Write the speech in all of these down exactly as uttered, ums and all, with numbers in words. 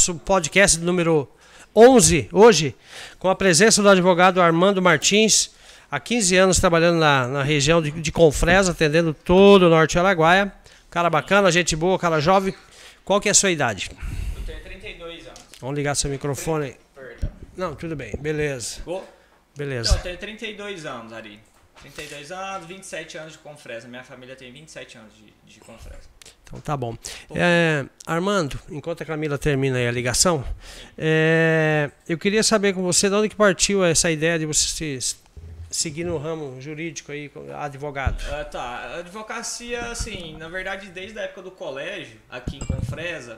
nosso podcast número onze, hoje, com a presença do advogado Armando Martins, há quinze anos trabalhando na, na região de, de Confresa, atendendo todo o Norte Araguaia. Cara bacana, gente boa, cara jovem. Qual que é a sua idade? Eu tenho trinta e dois anos. Vamos ligar seu microfone aí. Perdão. Não, tudo bem, beleza. Go? Beleza. Então, eu tenho trinta e dois anos, Ari. trinta e dois anos, vinte e sete anos de Confresa. Minha família tem vinte e sete anos de, de Confresa. Então tá bom. É, Armando, enquanto a Camila termina aí a ligação, é, eu queria saber com você de onde que partiu essa ideia de você se, seguir no ramo jurídico aí, advogado. Uh, tá, a advocacia, assim, na verdade, desde a época do colégio, aqui em Confresa,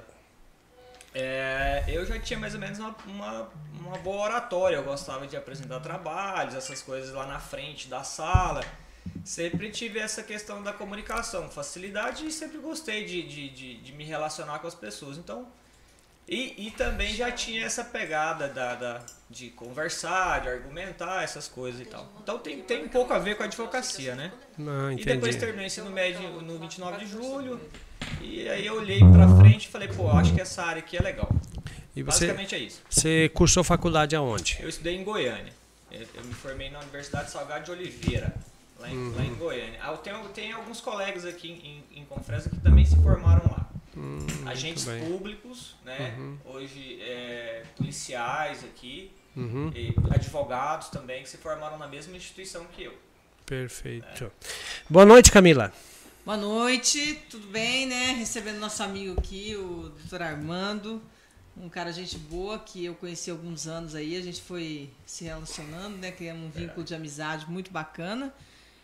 é, eu já tinha mais ou menos uma, uma, uma boa oratória. Eu gostava de apresentar trabalhos, essas coisas lá na frente da sala. Sempre tive essa questão da comunicação, facilidade, e sempre gostei de, de, de, de me relacionar com as pessoas. Então, e, e também já tinha essa pegada da, da, de conversar, de argumentar, essas coisas e tal. Então tem, tem um pouco a ver com a advocacia, né? Ah, e depois entendi. terminei o ensino médio no vinte e nove de julho, e aí eu olhei pra frente e falei, pô, acho que essa área aqui é legal. E você, Basicamente é isso. você cursou faculdade aonde? Eu estudei em Goiânia. Eu, eu me formei na Universidade Salgado de Oliveira. Lá em, uhum. lá em Goiânia. Eu tenho, tenho alguns colegas aqui em, em Confresa que também se formaram lá. Hum, Agentes públicos, né? Uhum. Hoje é, policiais aqui, uhum. e advogados também que se formaram na mesma instituição que eu. Perfeito. É. Boa noite, Camila. Boa noite, tudo bem, né? Recebendo nosso amigo aqui, o doutor Armando, um cara gente boa que eu conheci há alguns anos aí, a gente foi se relacionando, né? Criamos um vínculo é. de amizade muito bacana.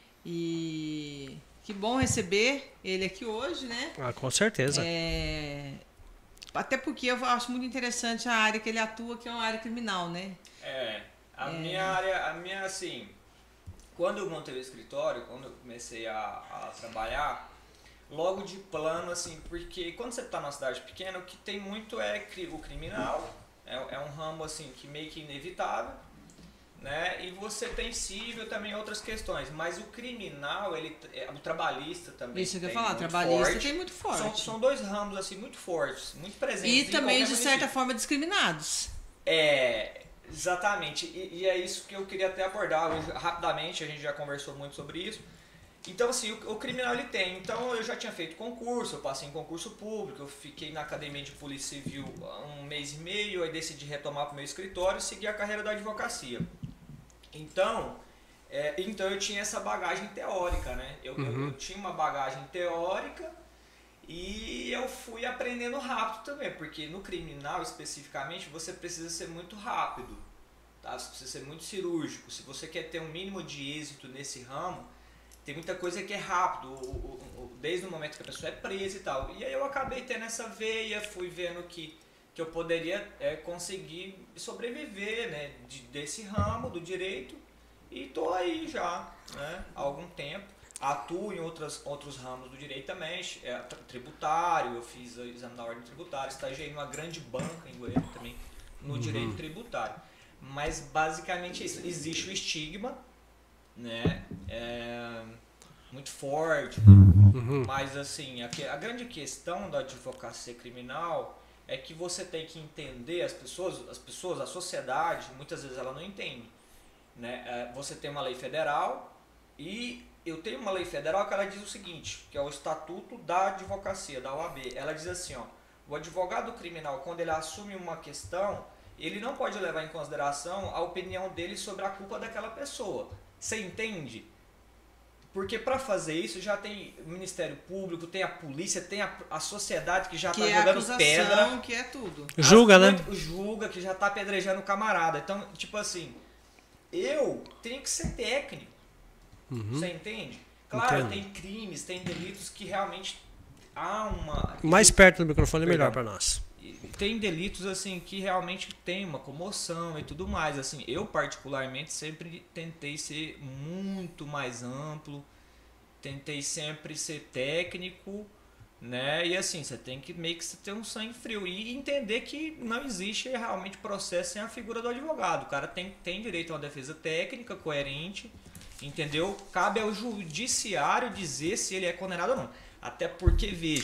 E que bom receber ele aqui hoje, né? Ah, com certeza. É... Até porque eu acho muito interessante a área que ele atua, que é uma área criminal, né? É, a é... minha área, a minha assim, quando eu montei o escritório, quando eu comecei a, a trabalhar, logo de plano, assim, porque quando você está numa cidade pequena, o que tem muito é o criminal, é, é um ramo assim que meio que inevitável. Né? E você tem civil também outras questões, mas o criminal, ele, o trabalhista também. Isso que eu ia tem falar, muito trabalhista forte. tem muito forte. São, são dois ramos assim muito fortes, muito presentes. E também, de certa forma, discriminados. É, exatamente. E, e é isso que eu queria até abordar hoje, rapidamente, a gente já conversou muito sobre isso. Então, assim, o, o criminal ele tem. Então, eu já tinha feito concurso, eu passei em concurso público, eu fiquei na Academia de Polícia Civil um mês e meio, aí decidi retomar para o meu escritório e seguir a carreira da advocacia. Então, é, então eu tinha essa bagagem teórica, né? Eu, uhum. eu, eu tinha uma bagagem teórica e eu fui aprendendo rápido também, porque no criminal especificamente você precisa ser muito rápido, tá? Você precisa ser muito cirúrgico. Se você quer ter um mínimo de êxito nesse ramo, tem muita coisa que é rápido, o, o, o, desde o momento que a pessoa é presa e tal. E aí eu acabei tendo essa veia, fui vendo que que eu poderia é, conseguir sobreviver, né, de, desse ramo do direito, e tô aí já, né, há algum tempo. Atuo em outras, outros ramos do direito também, é, tributário, eu fiz o exame da ordem tributária, estagiei numa grande banca em Goiânia também, no uhum. direito tributário. Mas basicamente é isso, existe o estigma, né, é, muito forte, uhum. mas assim, a, a grande questão da advocacia criminal é que você tem que entender as pessoas, as pessoas, a sociedade, muitas vezes ela não entende, né? Você tem uma lei federal e eu tenho uma lei federal que ela diz o seguinte, que é o Estatuto da Advocacia, da O A B. Ela diz assim, ó, o advogado criminal, quando ele assume uma questão, ele não pode levar em consideração a opinião dele sobre a culpa daquela pessoa. Você entende? Porque para fazer isso já tem o Ministério Público, tem a polícia, tem a, a sociedade que já está é jogando acusação, pedra. Que é tudo. Julga, As, né? Julga, que já está apedrejando o camarada. Então, tipo assim, eu tenho que ser técnico. Uhum. Você entende? Claro, Entendo. tem crimes, tem delitos que realmente há uma... Mais perto do microfone é melhor para nós. Tem delitos assim que realmente tem uma comoção e tudo mais. Assim, eu particularmente sempre tentei ser muito mais amplo, tentei sempre ser técnico, né? E assim, você tem que meio que ter um sangue frio e entender que não existe realmente processo sem a figura do advogado. O cara tem, tem direito a uma defesa técnica, coerente, entendeu? Cabe ao judiciário dizer se ele é condenado ou não. Até porque, veja,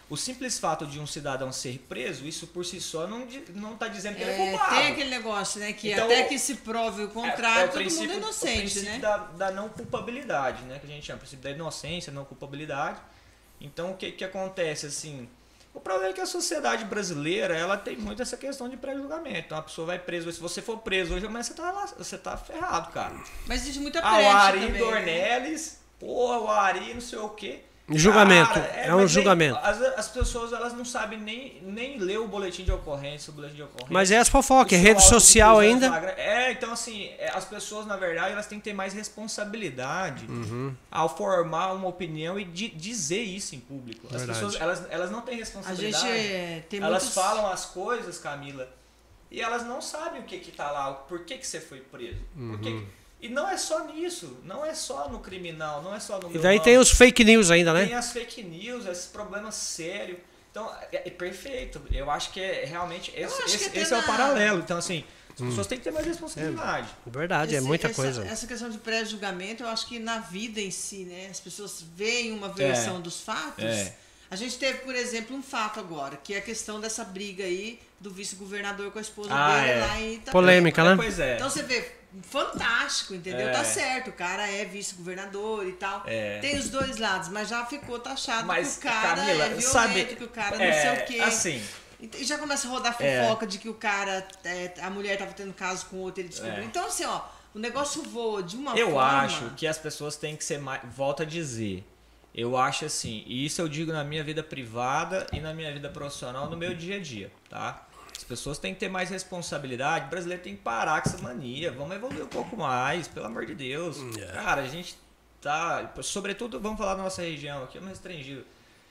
o simples fato de um cidadão ser preso, isso por si só não não está dizendo que É, ele é culpado. tem aquele negócio, né? Que Então, até que se prove o contrário, é, é o todo princípio, mundo é o inocente, princípio né? da, da não culpabilidade, né? Que a gente chama, o princípio da inocência, não culpabilidade. Então, o que, que acontece, assim... O problema é que a sociedade brasileira, ela tem muito essa questão de pré-julgamento. Então, a pessoa vai preso, se você for preso hoje, mas você tá, lá, você tá ferrado, cara. Mas existe muita Ah, o brecha Ari também, né? Dornelles, porra, o Ari não sei o quê. Julgamento, Cara, é um mas nem- julgamento. as, as pessoas, elas não sabem nem, nem ler o boletim de ocorrência, o boletim de ocorrência. Mas é as fofocas, é O rede seu auto de social prisão em ainda. flagra- É, então assim, é, as pessoas, na verdade, elas têm que ter mais responsabilidade Uhum. ao formar uma opinião e di- dizer isso em público. As Verdade. pessoas, elas, elas não têm A responsabilidade. gente é, tem elas muitos... falam as coisas, Camila, e elas não sabem o que que tá lá, por que que você foi preso. Por que Uhum. que- E não é só nisso, não é só no criminal, não é só no E meu daí nome. tem os fake news ainda, né? Tem as fake news, esse problema sério. Então, é, é perfeito. Eu acho que é realmente esse, acho que esse, até esse é o na- paralelo. Então, assim, as Hum. pessoas têm que ter mais responsabilidade. Verdade, é Esse- muita essa, coisa. Essa questão de pré-julgamento, eu acho que na vida em si, né? As pessoas veem uma versão É. dos fatos. É. A gente teve, por exemplo, um fato agora, que é a questão dessa briga aí do vice-governador com a esposa Ah, dele é. lá em Itapema. Polêmica, né? Pois é. Então você vê, fantástico, entendeu? É. Tá certo, o cara é vice-governador e tal. É. Tem os dois lados, mas já ficou taxado Mas, que o cara Camila, é violento, sabe, que o cara é, não sei o quê. assim, E já começa a rodar É. fofoca de que o cara, é, a mulher tava tendo caso com outro, ele descobriu. É. Então, assim, ó, o negócio voa de uma eu forma... acho que as pessoas têm que ser mais. Volto a dizer. Eu acho assim, e isso eu digo na minha vida privada e na minha vida profissional, no meu dia a dia, tá? As pessoas têm que ter mais responsabilidade, o brasileiro tem que parar com essa mania, vamos evoluir um pouco mais, pelo amor de Deus. Cara, a gente tá, sobretudo, vamos falar da nossa região aqui, é mais restringido.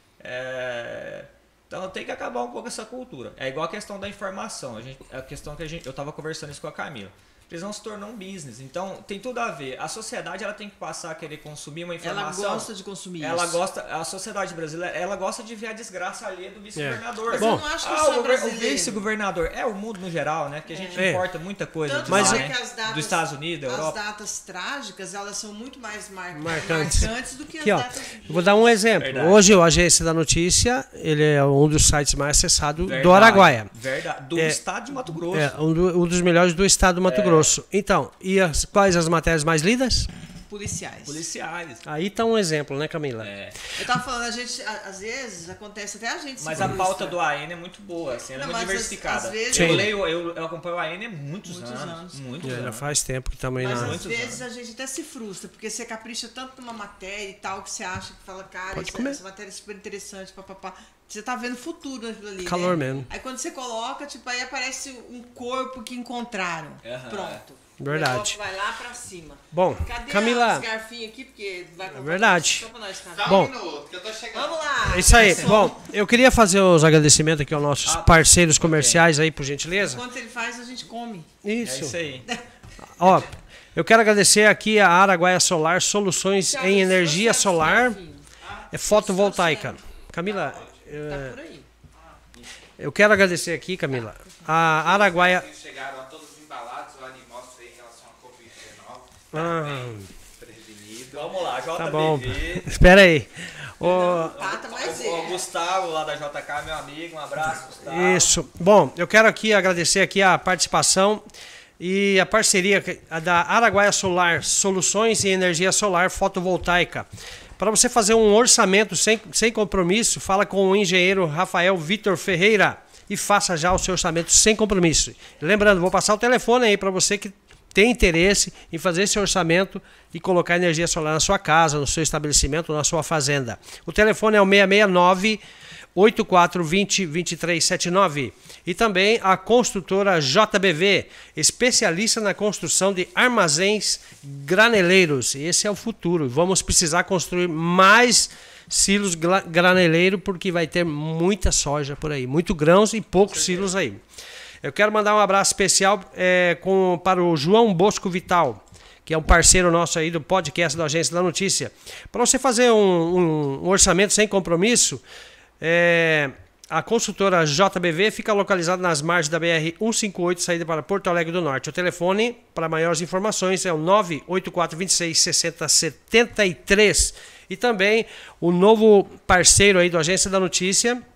É... Então tem que acabar um pouco essa cultura. É igual a questão da informação, a, gente, a questão que a gente, eu tava conversando isso com a Camila. Prisão se tornou um business, então tem tudo a ver. A sociedade ela tem que passar a querer consumir uma Ela informação. gosta de consumir Ela isso. gosta, a sociedade brasileira, ela gosta de ver a desgraça alheia do vice-governador. Mas Bom, eu não acho que ah, só o, gover- o brasileiro. vice-governador é o mundo no geral, né? Que a gente É. importa muita coisa Tanto de Mas lá, é né? que as datas, Dos Estados Unidos, da as Europa. datas trágicas, elas são muito mais mar... Marcantes. marcantes do que Aqui, as ó, datas... eu vou dar um exemplo. Verdade. Hoje o Agência da Notícia, ele é um dos sites mais acessados Verdade, do Araguaia. Verdade. Do É. estado de Mato Grosso. É um, do- um dos melhores do estado do Mato É. Grosso. Então, e as, quais as matérias mais lidas? policiais. Policiais. Aí tá um exemplo, né, Camila? É. Eu tava falando, a gente, a- às vezes, acontece até a gente se Mas a frustra. pauta do A N é muito boa, assim, ela Não, é muito mas às- diversificada. às vezes- Sim. eu leio, eu, eu acompanho o A N há muitos, Muitos anos. anos. Muitos Já, já anos. faz tempo que também Mas não. às muitos vezes anos. a gente até se frustra, porque você capricha tanto numa matéria e tal, que você acha que fala, cara, Pode isso- comer. essa matéria é super interessante, papapá. Você tá vendo futuro naquilo ali, Calor né? mesmo. Aí quando você coloca, tipo, aí aparece um corpo que encontraram. Aham. Pronto. Verdade. O negócio vai lá pra cima. Bom, Cadê Camila, os garfinhos aqui? Porque vai comprar verdade. só pra nós, cara. Só Bom. um minuto, que eu tô chegando. Vamos lá. é isso aí. pessoal. Bom, eu queria fazer os agradecimentos aqui aos nossos Ah, parceiros comerciais aí, por gentileza. Enquanto ele faz, a gente come. É Isso. isso aí. Ó, eu quero agradecer aqui a Araguaia Solar, soluções Thiago, em se energia você solar, garfinho, é fotovoltaica. Camila, Tá eh, por aí. eu quero agradecer aqui, Camila, a Araguaia. Vocês chegaram a todos embalados, o animócio aí em relação à covid dezenove. Ah, Prevenido. Vamos lá, J B V. tá bom. Espera aí. Ô, Pata, mas O, o é. Gustavo lá da J K, meu amigo, um abraço, Gustavo. Isso. Bom, eu quero aqui agradecer aqui a participação e a parceria que- a da Araguaia Solar, soluções em energia solar fotovoltaica. Para você fazer um orçamento sem, sem compromisso, fala com o engenheiro Rafael Vitor Ferreira e faça já o seu orçamento sem compromisso. Lembrando, vou passar o telefone aí para você que tem interesse em fazer esse orçamento e colocar energia solar na sua casa, no seu estabelecimento, na sua fazenda. O telefone é o seis seis nove, oito quatro dois zero, dois três sete nove. E também a construtora J B V, especialista na construção de armazéns graneleiros. Esse é o futuro. Vamos precisar construir mais silos gra- graneleiro porque vai ter muita soja por aí, muito grãos e poucos silos aí. Eu quero mandar um abraço especial é, com, para o João Bosco Vital, que é um parceiro nosso aí do podcast da Agência da Notícia. Para você fazer um, um- um orçamento sem compromisso, é, a consultora J B V fica localizada nas margens da B R cento e cinquenta e oito, saída para Porto Alegre do Norte. O telefone para maiores informações é o nove oito quatro dois seis, seis zero sete três. E também o novo parceiro aí da Agência da Notícia,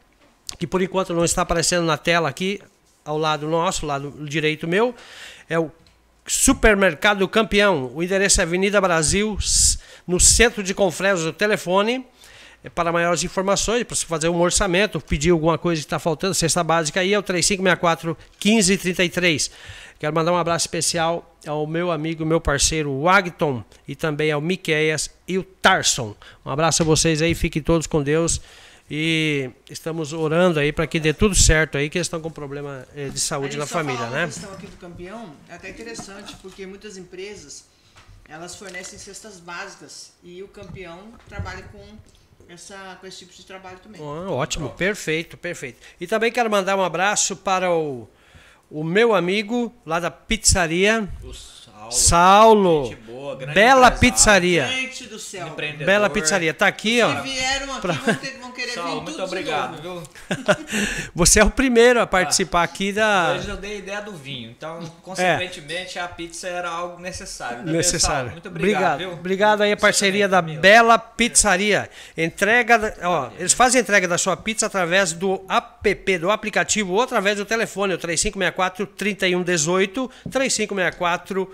que por enquanto não está aparecendo na tela aqui, ao lado nosso, lado direito meu, é o Supermercado Campeão. O endereço é Avenida Brasil, no centro de Confresa. O telefone é para maiores informações, para você fazer um orçamento, pedir alguma coisa que está faltando, cesta básica aí, é o três cinco seis quatro, um cinco três três. Quero mandar um abraço especial ao meu amigo, meu parceiro, o Agton, e também ao Miqueias e o Tarson. Um abraço a vocês aí, fiquem todos com Deus. E estamos orando aí para que dê tudo certo aí, que eles estão com problema eh, de saúde na família, né? A questão aqui do Campeão é até interessante, porque muitas empresas, elas fornecem cestas básicas e o Campeão trabalha com, essa, com esse tipo de trabalho também. Oh, ótimo, perfeito, perfeito. E também quero mandar um abraço para o, o meu amigo lá da pizzaria, O Saulo. Saulo. Gente boa, grande Bela empresário, Pizzaria. Gente do céu. empreendedor. Bela Pizzaria. Tá aqui, ó. Se vieram aqui, vão, ter, vão querer Saulo, vir tudo muito obrigado, de viu? novo. Você é o primeiro a participar aqui da... Hoje eu dei a ideia do vinho, então, consequentemente, a pizza era algo necessário. Tá Necessário. Saulo? Muito obrigado, obrigado, viu? obrigado aí a Você parceria também, da Camila. Bela Pizzaria. Entrega, da- ó, eles fazem a entrega da sua pizza através do app, do aplicativo ou através do telefone, o três cinco seis quatro, três um um oito, três cinco seis quatro,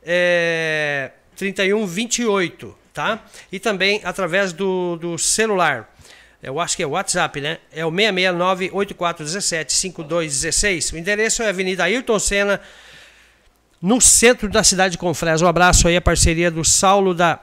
é, três um dois oito, tá? E também através do, do celular. Eu acho que é o WhatsApp, né? É o seis seis nove, oito quatro um sete, cinco dois um seis. O endereço é Avenida Ayrton Senna, no centro da cidade de Confresa. Um abraço aí, a parceria do Saulo da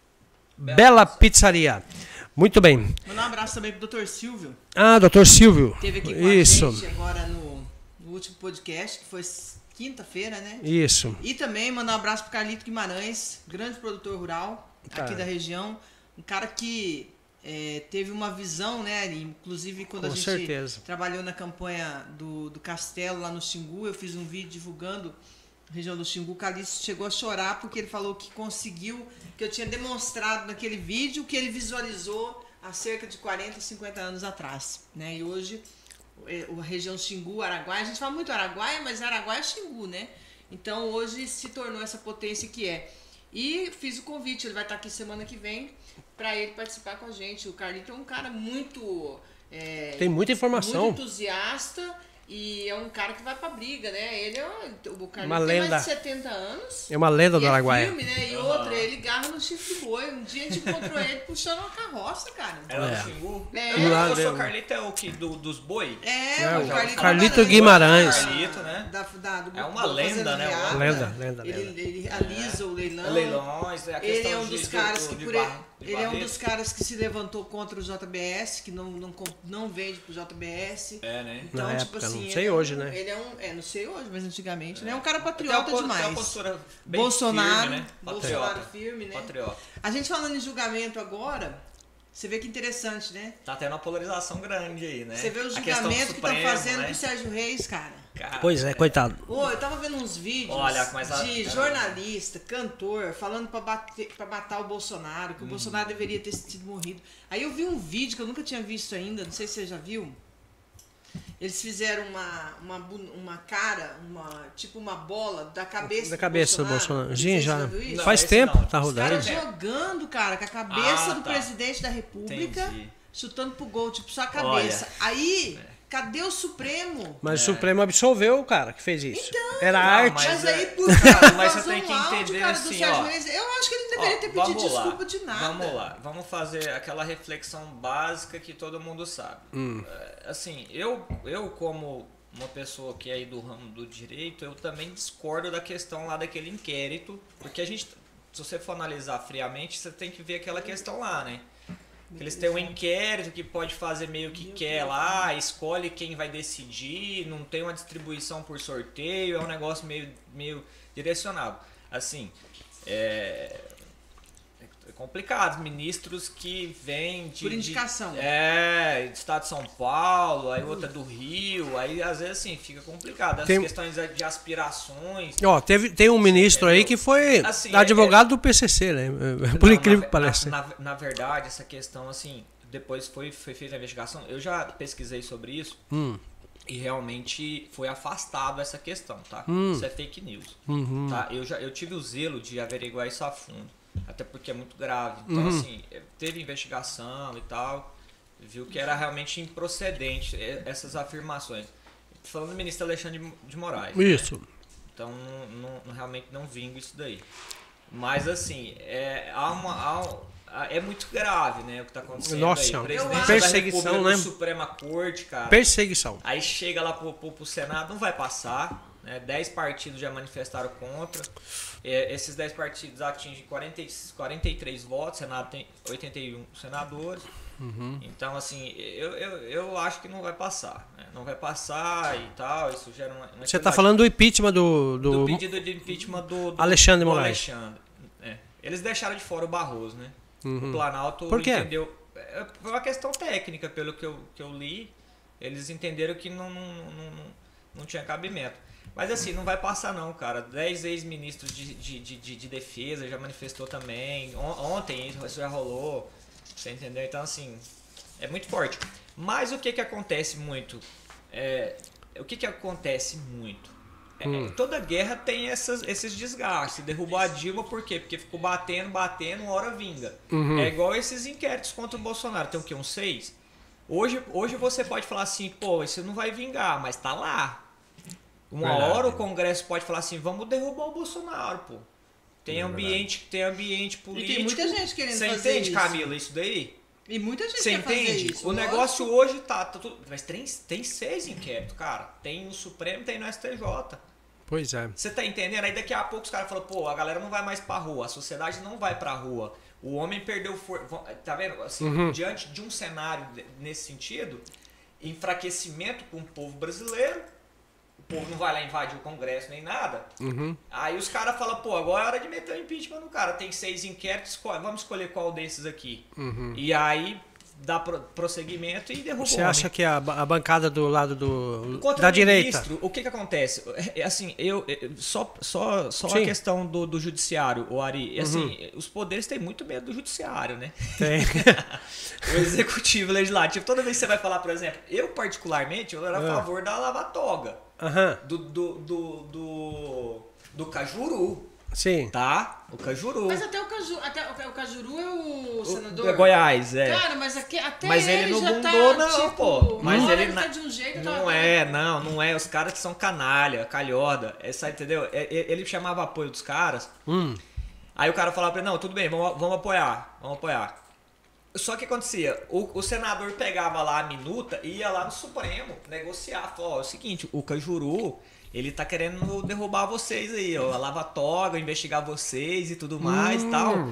Bela Pizzaria. Muito bem. Mandar um abraço também pro doutor Silvio, Ah, doutor Silvio. que teve aqui com Isso, a gente agora no, no último podcast, que foi quinta-feira, né? isso. E também mandar um abraço pro Carlito Guimarães, grande produtor rural Cara. aqui da região. Um cara que é, teve uma visão, né? Inclusive quando Com a gente certeza. trabalhou na campanha do, do Castelo lá no Xingu, eu fiz um vídeo divulgando a região do Xingu. O Carlito chegou a chorar porque ele falou que conseguiu, que eu tinha demonstrado naquele vídeo que ele visualizou há cerca de quarenta, cinquenta anos atrás, né? E hoje é, a região Xingu, Araguaia, a gente fala muito Araguaia, mas Araguaia é Xingu, né? Então hoje se tornou essa potência que é. E fiz o convite, ele vai estar aqui semana que vem para ele participar com a gente. O Carlito é um cara muito é, Tem muita informação. muito entusiasta e é um cara que vai pra briga, né? Ele é um, o Carlito Uma tem lenda. mais de setenta anos. É uma lenda E do é Araguaia. filme, né? E outra, ele garra no chifre de boi. Um dia a gente encontrou ele puxando uma carroça, cara. Era É. do Xingu? É. Eu, Lá eu sou dentro. Carlito, é o que? Do, dos boi? É, É, o o Carlito, Carlito Guimarães. Carlito, né? Da, da, do, É uma do lenda, Fazenda né? Viada. Lenda, lenda, Ele, lenda. ele alisa o leilão. Leilões, é a Ele questão é um de- dos de- caras do- que de por bar- de ele é um barreto. dos caras que se levantou contra o J B S, que não, não, comp- não vende pro J B S. É, né? Então, Na tipo época, assim, não ele sei é um- hoje, né? Ele é um, é, não sei hoje, mas antigamente, né? É um cara Tem uma, patriota po- tem demais. uma postura bem Bolsonaro, firme, né? Bolsonaro Patriota. firme, né? Patriota. A gente falando em julgamento agora, você vê que interessante, né? Tá tendo uma polarização grande aí, né? Você vê o A questão do julgamento que estão Supremo, fazendo né? pro Sérgio Reis, cara. Cara, Pois é, coitado. Ô, eu tava vendo uns vídeos Olha, mas a- de cara. jornalista, cantor, falando pra, bater, pra matar o Bolsonaro, Hum. que o Bolsonaro deveria ter sido morrido. Aí eu vi um vídeo que eu nunca tinha visto ainda, não sei se você já viu. Eles fizeram uma, uma, bu- uma cara, uma, tipo uma bola da cabeça Da cabeça do Bolsonaro. Não Sim, sei se já. você viu isso. Não, Faz esse tempo, não. tá Os rodando. caras jogando, cara, com a cabeça Ah, do tá. presidente da República, Entendi. chutando pro gol, tipo, só a cabeça. Olha. Aí, cadê o Supremo? Mas o Supremo absolveu o cara que fez isso. Era Não, arte. mas Mas, é- aí, por causa Mas vazou você tem que um áudio, entender cara, do assim, Sérgio ó. Reis. Eu acho que ele não Ó, deveria ter vamos pedido lá, desculpa de nada. Vamos lá, vamos fazer aquela reflexão básica que todo mundo sabe. Hum. É, Assim, eu, eu como uma pessoa que é aí do ramo do direito, eu também discordo da questão lá daquele inquérito, porque a gente, se você for analisar friamente, você tem que ver aquela questão lá, né? Que eles têm um inquérito que pode fazer meio que quer lá, escolhe quem vai decidir, não tem uma distribuição por sorteio, é um negócio meio, meio direcionado. Assim, é, é complicado. Ministros que vêm de... Por indicação. De, é, do estado de São Paulo, aí outra do Rio, aí às vezes assim, fica complicado. As Tem- questões de aspirações... Ó, teve, tem um ministro aí que foi Assim, advogado do P C C, né? Por Não, incrível na, que pareça. Na, na, na verdade, essa questão, assim, depois foi, foi feita a investigação. Eu já pesquisei sobre isso Hum, e realmente foi afastado essa questão, tá? Hum. Isso é fake news. uhum. Tá? Eu, já, eu tive o zelo de averiguar isso a fundo, até porque é muito grave. Então, Uhum. assim, teve investigação e tal. viu que era realmente improcedente essas afirmações. Falando do ministro Alexandre de Moraes. Isso. Né? Então, não, não, realmente não vingo isso daí. Mas, assim, é, há uma, há, é muito grave, né, o que está acontecendo. Nossa, aí. Presidente perseguição, da né? Suprema Corte, cara. Perseguição. Aí chega lá pro, pro, pro Senado, não vai passar. Né? Dez partidos já manifestaram contra. É, esses dez partidos atingem quarenta, quarenta e três votos, o Senado tem oitenta e um senadores. Uhum. Então, assim, eu, eu, eu acho que não vai passar. Né? Não vai passar e tal, isso gera uma... uma Você está falando do impeachment do... Do, do pedido de impeachment do, do Alexandre do Moraes. Alexandre. É. Eles deixaram de fora o Barroso, né? Uhum. O Planalto Por quê? entendeu... É uma questão técnica, pelo que eu, que eu li. Eles entenderam que não, não, não, não, não tinha cabimento. Mas assim, não vai passar não, cara. Dez ex-ministros de, de, de, de defesa já manifestou também. Ontem isso já rolou. Você entendeu? Então, assim, é muito forte. Mas o que que acontece muito? É, o que que acontece muito? É, hum. Toda guerra tem essas, esses desgastes. Derrubou a Dilma por quê? Porque ficou batendo, batendo, uma hora vinga. Uhum. É igual esses inquéritos contra o Bolsonaro. Tem o quê? Uns seis? Hoje, hoje você pode falar assim, pô, isso não vai vingar, mas tá lá. Uma Verdade. hora o Congresso pode falar assim, vamos derrubar o Bolsonaro, pô. Tem ambiente, tem ambiente político. E tem muita gente querendo Você fazer entende, isso. Camila, isso daí? E muita gente Você quer fazer entende? isso. O lógico. negócio hoje tá, tá tudo... Mas tem, tem seis inquéritos, cara. Tem no Supremo, tem no S T J. Pois é. Você tá entendendo? Aí daqui a pouco os caras falam, pô, a galera não vai mais pra rua, a sociedade não vai pra rua. O homem perdeu força. Tá vendo? Assim, Uhum. diante de um cenário nesse sentido, enfraquecimento com o povo brasileiro, o povo não vai lá invadir o Congresso nem nada. Uhum. Aí os caras falam, pô, agora é hora de meter o impeachment no cara. Tem seis inquéritos, escolhe- vamos escolher qual desses aqui. Uhum. E aí dá pro- prosseguimento e derruba Você o homem. acha que a, ba- a bancada do lado do, Contra da o direita... ministro, o que que acontece? É, é assim, eu, eu- só, só, só a Sim. questão do, do judiciário, o Ari, é assim, os poderes têm muito medo do judiciário, né? Tem. O executivo, o legislativo, toda vez que você vai falar, por exemplo, eu particularmente, eu era a Ah. favor da lava-toga, Aham. do, do, do, do, do Cajuru, Sim. tá? O Cajuru. Mas até o Caju, até o Cajuru é o O- senador. é Goiás, é. Cara, mas aqui, até Mas ele ele não já bundou, tá, não, tipo, pô. Mas uma hora ele tá na- de um jeito, Não tá- é, não, não é. Os caras que são canalha, calhoda. Essa, entendeu? É- é- Ele chamava apoio dos caras. Hum. Aí o cara falava pra ele, não, tudo bem, vamos, vamos apoiar, vamos apoiar. Só que acontecia, o, o senador pegava lá a minuta e ia lá no Supremo negociar. Falou, ó, é o seguinte, o Cajuru, ele tá querendo derrubar vocês aí, ó, a lava-toga, investigar vocês e tudo mais e Hum. tal.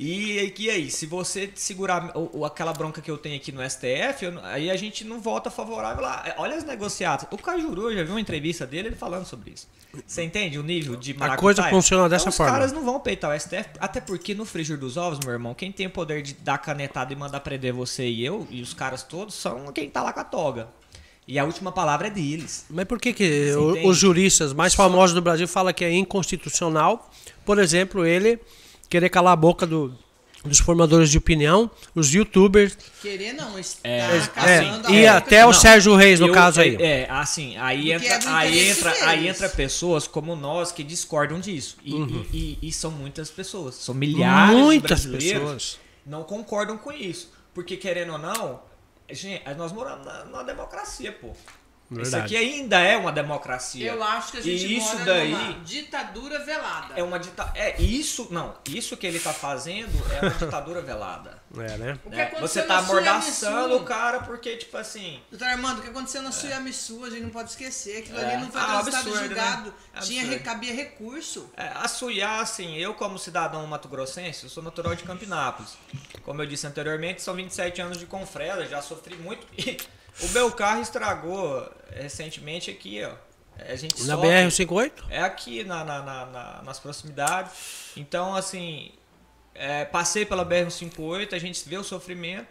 E, e aí, se você segurar o, o- aquela bronca que eu tenho aqui no S T F, eu não- aí a gente não volta favorável lá. Olha as negociatas. O Cajuru, eu já vi uma entrevista dele, ele falando sobre isso. Você entende o nível de maracutaia? coisa funciona dessa então, forma. Os caras não vão peitar o S T F, até porque no frigir dos ovos, meu irmão, quem tem o poder de dar canetada e mandar prender você e eu, e os caras todos, são quem tá lá com a toga. E a última palavra é deles. Mas por que, que Você o- entende? os juristas mais famosos do Brasil falam que é inconstitucional, por exemplo, ele querer calar a boca do, dos formadores de opinião, os youtubers, Querer não, mas É, tá é, caçando a e boca até de- o Sérgio Reis, no Eu- caso aí. É, é, assim, aí Porque entra, é do aí, interesse entra, aí deles. entra pessoas como nós que discordam disso. E, Uhum. e, e- e são muitas pessoas. São milhares Muitas de brasileiros pessoas. não concordam com isso. Porque, querendo ou não, gente, nós moramos na- numa democracia, pô. Isso Verdade. aqui ainda é uma democracia. Eu acho que a gente E isso mora daí numa ditadura velada. é uma ditadura. É, isso, não, isso que ele tá fazendo é uma ditadura velada. É, né? O que né? aconteceu Você tá na Suíça amordaçando Sul? o cara porque, tipo assim. Doutor Armando, o que aconteceu na Suyami Sul, a gente não pode esquecer. Aquilo É. ali não foi Ah, transitado absurdo, e julgado. né? Tinha, Absurdo. cabia recurso. É, a Suiá, assim, eu como cidadão mato-grossense, eu sou natural de Campinápolis. Como eu disse anteriormente, são vinte e sete anos de Confresa, já sofri muito. E o meu carro estragou recentemente aqui, ó. A gente Na sofre- B R cinquenta e oito? É aqui na, na- na- na- nas proximidades. Então, assim, é, passei pela B R cinquenta e oito, a gente vê o sofrimento.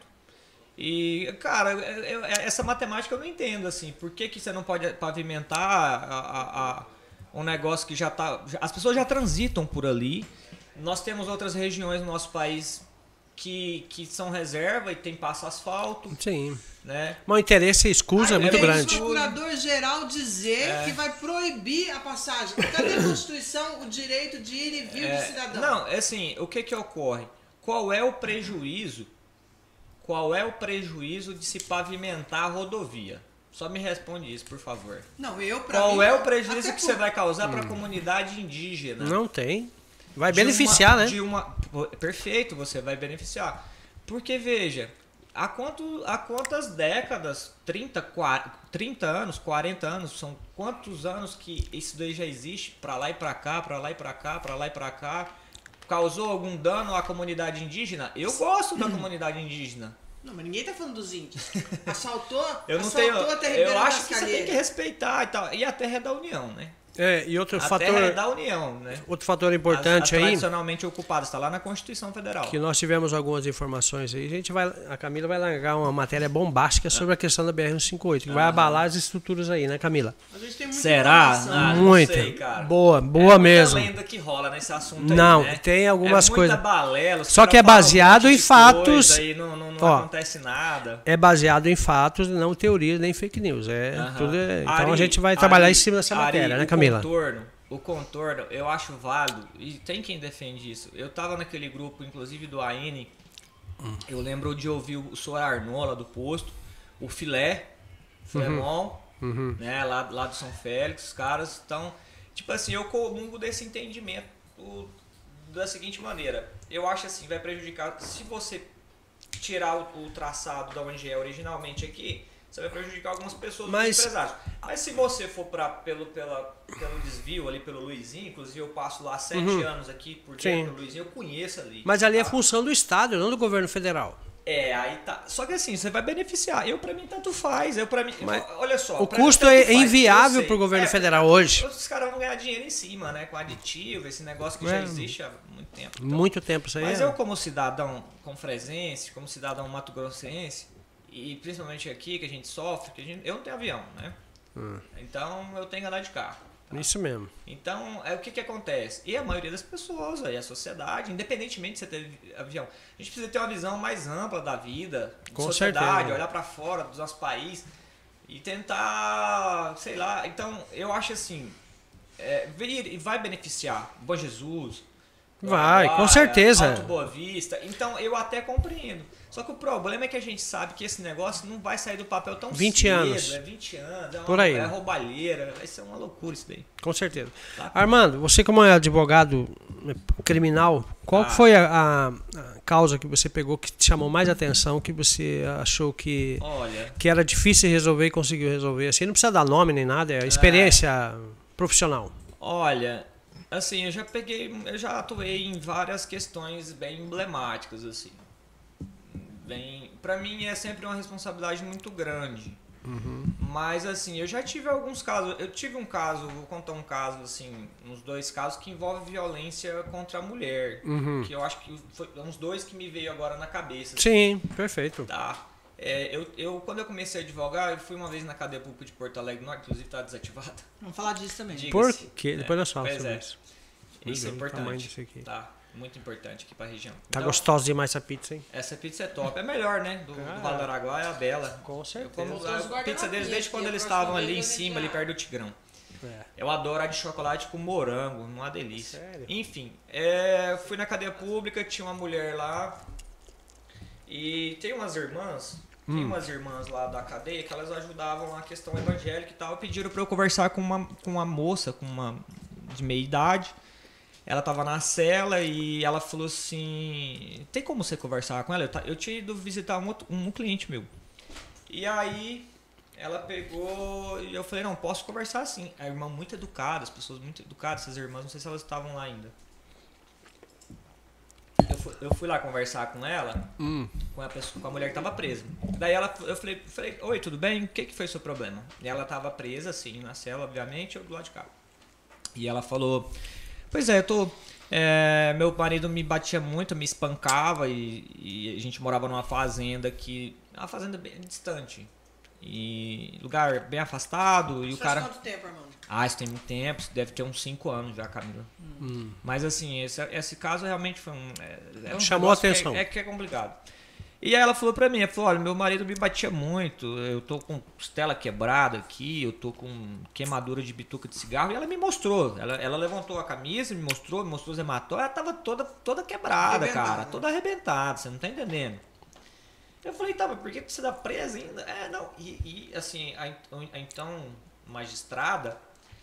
E, cara, eu- eu- essa matemática eu não entendo, assim. Por que, que você não pode pavimentar a- a- a- um negócio que já tá... já- as pessoas já transitam por ali. Nós temos outras regiões no nosso país que, que são reserva e tem passo asfalto, Sim. né? Mas o interesse escuso é Ah, muito é Tem o grande. procurador-geral dizer É. que vai proibir a passagem. Cadê a Constituição o direito de ir e vir É, do cidadão? não, é assim, o que que ocorre? Qual é o prejuízo? qual é o prejuízo de se pavimentar a rodovia? Só me responde isso, por favor. Não, eu pra Qual mim, é o prejuízo até que por- você vai causar para a comunidade indígena? Não tem. Vai De beneficiar, uma- né? de uma, perfeito, você vai beneficiar. Porque, veja, há, quanto, há quantas décadas, trinta, quarenta, trinta anos, quarenta anos, são quantos anos que isso daí já existe? Para lá e para cá, para lá e para cá, para lá e para cá. Causou algum dano à comunidade indígena? Eu gosto da comunidade indígena. Não, mas ninguém tá falando dos índios. Assaltou, Eu não assaltou tenho. a terra Ribeira Eu das acho que você tem que Calheiras. respeitar e tal. E a terra é da União, né? É, e outro A fator, terra é da União, né? outro fator importante As- as aí, tradicionalmente ocupada, está lá na Constituição Federal. que nós tivemos algumas informações aí. A gente vai, a Camila vai largar uma matéria bombástica sobre a questão da B R cento e cinquenta e oito, que vai abalar as estruturas aí, né, Camila? A gente tem muita Será? informação. Ah, não Muita. sei, cara. Boa, É boa muita mesmo. lenda que rola nesse assunto Não, aí, né? tem algumas é coisas. muita balela, os Só caras que é falam um baseado monte em de fatos. coisa, aí não não, não Ó, acontece nada. É baseado em fatos, não teorias nem fake news. É Aham. tudo é- então Ari- a gente vai trabalhar Ari- em cima dessa Ari, matéria, né, o Camila? Contorno, o contorno, eu acho válido e tem quem defende isso. Eu tava naquele grupo, inclusive do A N, Hum. eu lembro de ouvir o senhor Arnola do posto, o Filé, Flemon, Uhum. né, lá, lá do São Félix, os caras estão. Tipo assim, eu comungo desse entendimento o- da seguinte maneira. Eu acho assim, vai prejudicar. Se você tirar o, o traçado da onde é originalmente aqui, você vai prejudicar algumas pessoas, Mas- os empresários. Mas se você for pra, pelo, pela, pelo desvio ali pelo Luizinho, inclusive eu passo lá há sete Uhum. anos aqui por Sim. dentro do Luizinho, eu conheço ali. Mas ali é tá? função do Estado, não do governo federal. É, aí tá. Só que assim, você vai beneficiar. Eu, pra mim, tanto faz. Eu, pra mim, Mas olha só. O pra mim, custo tanto é faz, inviável eu sei. para o governo É, federal hoje. Os caras vão ganhar dinheiro em cima, né? Com aditivo, esse negócio que já É. existe há muito tempo. Então, Muito tempo isso aí. mas é. eu, como cidadão confresense, como cidadão mato-grossense, e principalmente aqui que a gente sofre, que a gente, eu não tenho avião, né? Hum. Então eu tenho que andar de carro. Isso mesmo. Então, é o que que acontece? E a maioria das pessoas, aí, a sociedade, independentemente de você ter avião, a gente precisa ter uma visão mais ampla da vida, de Com sociedade, certeza. olhar para fora do nosso país e tentar, sei lá. Então, eu acho assim, é, vir e vai beneficiar Bom Jesus. Vai, com Guaraguá, certeza. Alto Boa Vista. Então, eu até compreendo. Só que o problema é que a gente sabe que esse negócio não vai sair do papel tão vinte cedo. anos. É vinte anos, é, uma, Por aí. é roubalheira, vai ser uma loucura isso daí. Com certeza. Tá? Armando, você como é advogado criminal, qual Ah. que foi a, a- a causa que você pegou que te chamou mais atenção, que você achou que, Olha, que era difícil resolver e conseguiu resolver? Assim, não precisa dar nome nem nada, é experiência profissional. olha, assim, eu já peguei, eu já atuei em várias questões bem emblemáticas, assim. Bem, para mim é sempre uma responsabilidade muito grande. Mas assim, eu já tive alguns casos. Eu tive um caso, vou contar um caso assim, uns dois casos que envolvem violência contra a mulher, Uhum. que eu acho que foi uns dois que me veio agora na cabeça. Sim, perfeito. Tá. É, eu, eu quando eu comecei a advogar, eu fui uma vez na cadeia pública de Porto Alegre Norte, inclusive tá desativada. Vamos falar disso também. Diga. Por Diga-se. quê? É, Depois nós falamos pois sobre é. isso. Isso é Meu Deus, o tamanho importante. disso aqui. Tá. Muito importante aqui pra região. Tá Então, gostosa demais essa pizza, hein? essa pizza é top. É melhor, né? Do, Cara. do Vale do Araguaia é a Bela. Com Eu certeza. como Os a guardanapinhos pizza deles desde aqui, quando a eles próxima estavam ali em vez eu vou cima, ali enviar. perto do Tigrão. É. Eu adoro a de chocolate com morango, uma delícia. Sério? Enfim, é, fui na cadeia pública, tinha uma mulher lá e tem umas irmãs, tem Hum. umas irmãs lá da cadeia que elas ajudavam a questão evangélica e tal, pediram pra eu conversar com uma, com uma moça, com uma de meia idade. Ela tava na cela e ela falou assim, tem como você conversar com ela? Eu, ta- eu tinha ido visitar um, outro, um cliente meu. E aí ela pegou e eu falei, não, posso conversar sim. A irmã muito educada, as pessoas muito educadas, essas irmãs, não sei se elas estavam lá ainda. Eu fui, eu fui lá conversar com ela, Hum. com a, pessoa, com a mulher que tava presa. Daí ela, eu falei, falei, oi, tudo bem? O que, que foi o seu problema? E ela tava presa, assim, na cela, obviamente, eu do lado de cá. E ela falou, pois é, eu tô... é, meu marido me batia muito, me espancava e, e a gente morava numa fazenda que... Uma fazenda bem distante. E lugar bem afastado e o Isso cara... faz quanto tempo, Armando? Ah, isso tem muito tempo, isso deve ter uns cinco anos já, Camila. Hum. Mas assim, esse, esse caso realmente foi um... É, é um Chamou a negócio que é- atenção. É, que é complicado. E aí ela falou pra mim, ela falou, olha, meu marido me batia muito, eu tô com costela quebrada aqui, eu tô com queimadura de bituca de cigarro, e ela me mostrou, ela, ela levantou a camisa, me mostrou, me mostrou os hematórios, ela tava toda, toda quebrada, Arrebentada, cara, né? toda arrebentada, você não tá entendendo. Eu falei, tá, mas por que você tá presa ainda? É, não. E, e assim, a, a então magistrada,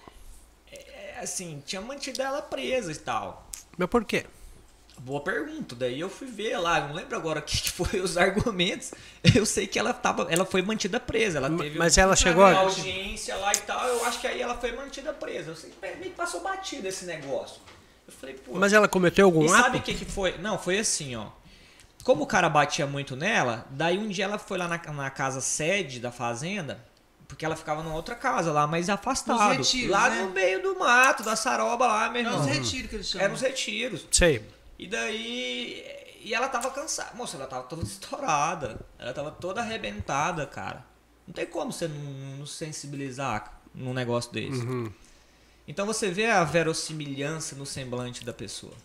é, assim, tinha mantido ela presa e tal. Mas por quê? Boa pergunta. Daí eu fui ver lá, não lembro agora o que, que foi os argumentos. Eu sei que ela tava, ela foi mantida presa. Ela teve Mas um, ela chegou uma a... audiência lá e tal. Eu acho que aí ela foi mantida presa. Eu sei, meio que passou batido esse negócio. Eu falei, pô. Mas ela cometeu algum E ato? sabe o que, que foi? Não, foi assim, ó. Como o cara batia muito nela, daí um dia ela foi lá na, na casa sede da fazenda, porque ela ficava numa outra casa lá, mais afastado. Nos retiros, lá né? no meio do mato, da saroba lá, meu Não, irmão. os retiros que eles chamam. Era os retiros. Sei. E daí. E ela tava cansada. Moça, ela tava toda estourada. Ela tava toda arrebentada, cara. Não tem como você não, não sensibilizar num negócio desse. Uhum. Então você vê a verossimilhança no semblante da pessoa.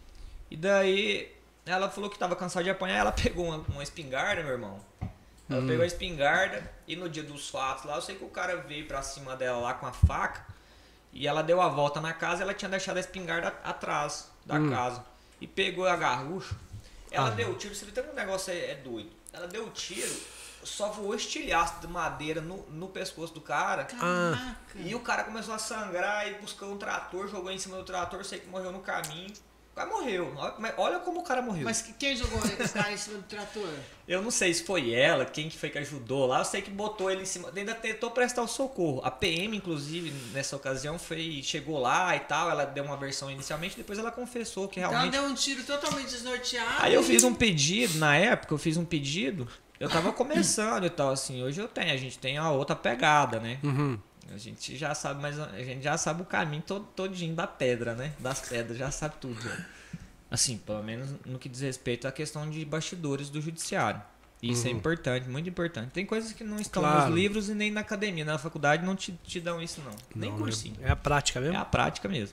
E daí. Ela falou que tava cansada de apanhar. Ela pegou uma, uma espingarda, meu irmão. Ela Hum. pegou a espingarda. E no dia dos fatos lá, eu sei que o cara veio pra cima dela lá com a faca. E ela deu a volta na casa e ela tinha deixado a espingarda atrás da Hum. casa. E pegou a garrucha. Ela Ah. deu o tiro, você vê que um negócio é, é doido. Ela deu o tiro, só voou estilhaço de madeira no, no pescoço do cara. Ah. Caraca. E o cara começou a sangrar e buscou um trator, jogou em cima do trator, sei que morreu no caminho. O cara morreu. Olha, mas olha como o cara morreu. Mas quem jogou esse cara em cima do trator? Eu não sei se foi ela, quem que foi que ajudou lá. Eu sei que botou ele em cima. Ainda tentou prestar o socorro. A P M, inclusive, nessa ocasião, foi, chegou lá e tal. Ela deu uma versão inicialmente, depois ela confessou que Então realmente. ela deu um tiro totalmente desnorteado. Aí eu e- fiz um pedido, na época eu fiz um pedido. Eu tava começando e tal, assim. Hoje eu tenho, a gente tem a outra pegada, né? Uhum. A gente já sabe, mas a gente já sabe o caminho todo, todinho da pedra, né? Das pedras, já sabe tudo. Já. Assim, pelo menos no que diz respeito à questão de bastidores do judiciário. Isso é importante, muito importante. Tem coisas que não estão Claro. nos livros e nem na academia. Na faculdade não te, te dão isso, não. Nem Não, cursinho. É a prática É mesmo? a prática mesmo.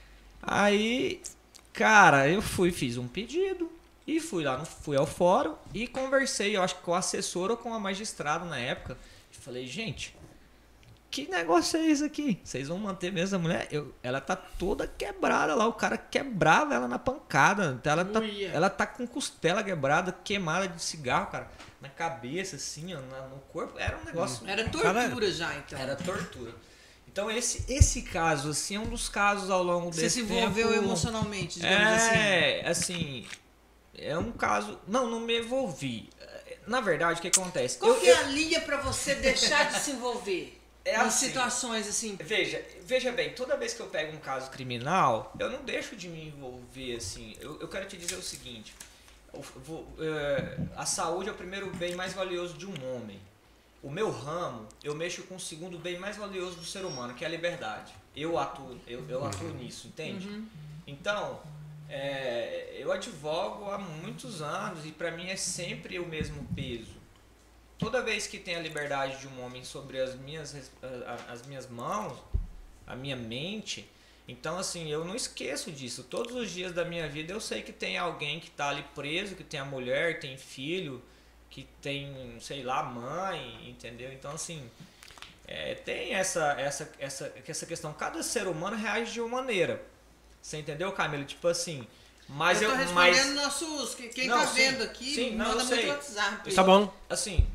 Aí, cara, eu fui, fiz um pedido e fui lá, no, fui ao fórum e conversei, eu acho que com o assessor ou com a magistrada na época. E falei, gente, que negócio é isso aqui? Vocês vão manter mesmo a mulher? Eu, ela tá toda quebrada lá, o cara quebrava ela na pancada. Ela tá, Uia. ela tá com costela quebrada, queimada de cigarro, cara, na cabeça, assim, ó, na- no corpo. Era um negócio. Era tortura já, então. Era tortura. Então esse, esse caso, assim, é um dos casos ao longo Você desse se envolveu tempo... emocionalmente, digamos assim. É, assim, é um caso... Não, não me envolvi. Na verdade, o que acontece? Qual Eu- que é eu- a linha pra você deixar de se envolver? É em assim. situações assim. Veja, veja bem, toda vez que eu pego um caso criminal, eu não deixo de me envolver, assim. Eu, eu quero te dizer o seguinte. Eu vou- é, a saúde é o primeiro bem mais valioso de um homem. O meu ramo, eu mexo com o segundo bem mais valioso do ser humano, que é a liberdade. Eu atuo, eu, eu atuo nisso, entende? Então, é, eu advogo há muitos anos e para mim é sempre o mesmo peso. Toda vez que tem a liberdade de um homem sobre as minhas, res- a- a- as minhas mãos, a minha mente, então assim, eu não esqueço disso. Todos os dias da minha vida eu sei que tem alguém que está ali preso, que tem a mulher, tem filho, que tem, sei lá, mãe, entendeu? Então assim, é, tem essa, essa, essa, essa questão. Cada ser humano reage de uma maneira. Você entendeu, Camilo? Tipo assim, mas eu eu, tô respondendo mas nossos. que- Quem Não, tá sim, vendo aqui, sim, não, manda eu muito sei. WhatsApp. Tá bom. assim,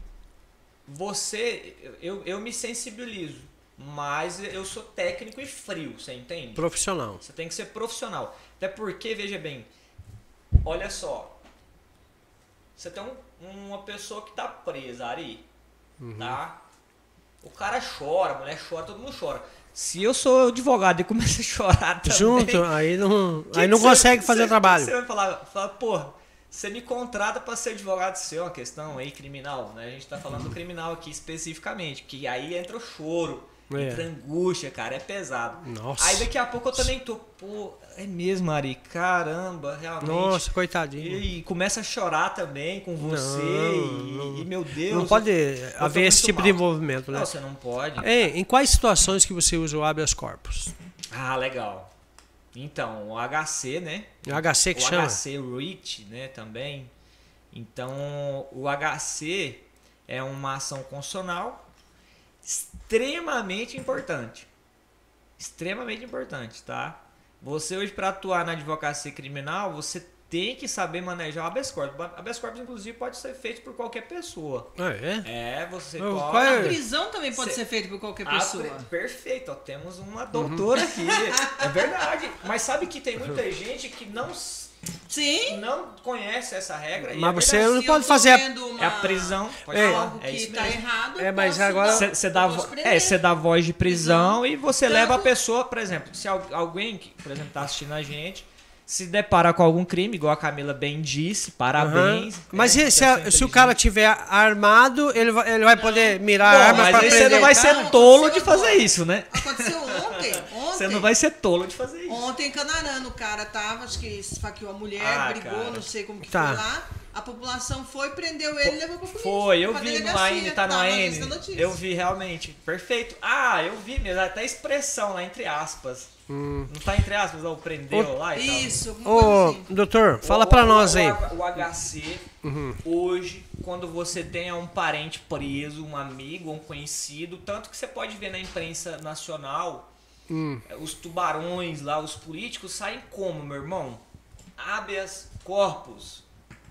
você, eu, eu me sensibilizo, mas eu sou técnico e frio, você entende? Profissional. Você tem que ser profissional. Até porque, veja bem, olha só, você tem um- uma pessoa que tá presa, Ari, tá? O cara chora, a mulher chora, todo mundo chora. Se eu sou advogado e começo a chorar também... Junto, aí não, que aí que não você- consegue fazer você- o trabalho. Você vai falar, fala, porra, você me contrata pra ser advogado seu, uma questão aí criminal, né? A gente tá falando do criminal aqui especificamente, que aí entra o choro, É. entra a angústia, cara, é pesado. Nossa. Aí daqui a pouco eu também tô, pô, é mesmo, Ari, caramba, realmente. Nossa, coitadinho. E, e começa a chorar também com você, Não, e, e, meu Deus. Não pode eu tô haver esse muito tipo mal. de envolvimento, né? Não, você não pode. Ei, em quais situações que você usa o habeas corpus? Ah, legal. Então, o H C, né? É o H C que o chama? H C Writ, né, também. Então, o H C é uma ação constitucional extremamente importante. Extremamente importante, tá? Você hoje, para atuar na advocacia criminal, você tem que saber manejar o habeas corpus. Habeas corpus, inclusive, pode ser feito por qualquer pessoa. Ah, é? É, você Oh, pode... qual é? A prisão também pode Cê- ser feita por qualquer Ah, pessoa. pre- perfeito, ó, temos uma doutora aqui. É verdade. Mas sabe que tem muita gente que não, s- Sim. não conhece essa regra. e Mas é você verdade. não Se pode eu tô fazer a- vendo uma- É a prisão. Pode É. falar. algo É que isso tá mesmo. errado, eu É, mas posso agora- dar- Você dá, eu vo- posso prender. é, você dá voz de prisão e você Tanto- leva a pessoa, por exemplo, se al- alguém que, por exemplo, tá assistindo a gente, se depara com algum crime, igual a Camila bem disse, parabéns. Aham. Mas é, e se, você é a- se o inteligente. cara tiver armado, ele vai, ele vai poder mirar a Bom, arma mas pra aí prender você não vai o cara? ser tolo de Aconteceu fazer agora. isso, né? Aconteceu ontem. Ontem. Você não vai ser tolo de fazer isso. Ontem em Canarana, o cara tava, acho que esfaqueou a mulher, Ah, brigou, cara. não sei como que Tá. foi lá. A população foi, prendeu ele e levou pra polícia. Foi, eu pra vi no delegacia, A N, tá no tava A na N. lista da notícia. Eu vi realmente. Perfeito. Ah, eu vi mesmo, até expressão lá, entre aspas. Hum. Não tá entre aspas, não, prendeu lá e tal. Isso, alguma coisa Ô, assim. doutor, fala O- pra o- nós o- aí. O H C, hoje, quando você tem um parente preso, um amigo, um conhecido, tanto que você pode ver na imprensa nacional, Hum. os tubarões lá, os políticos saem como, meu irmão? Habeas corpus.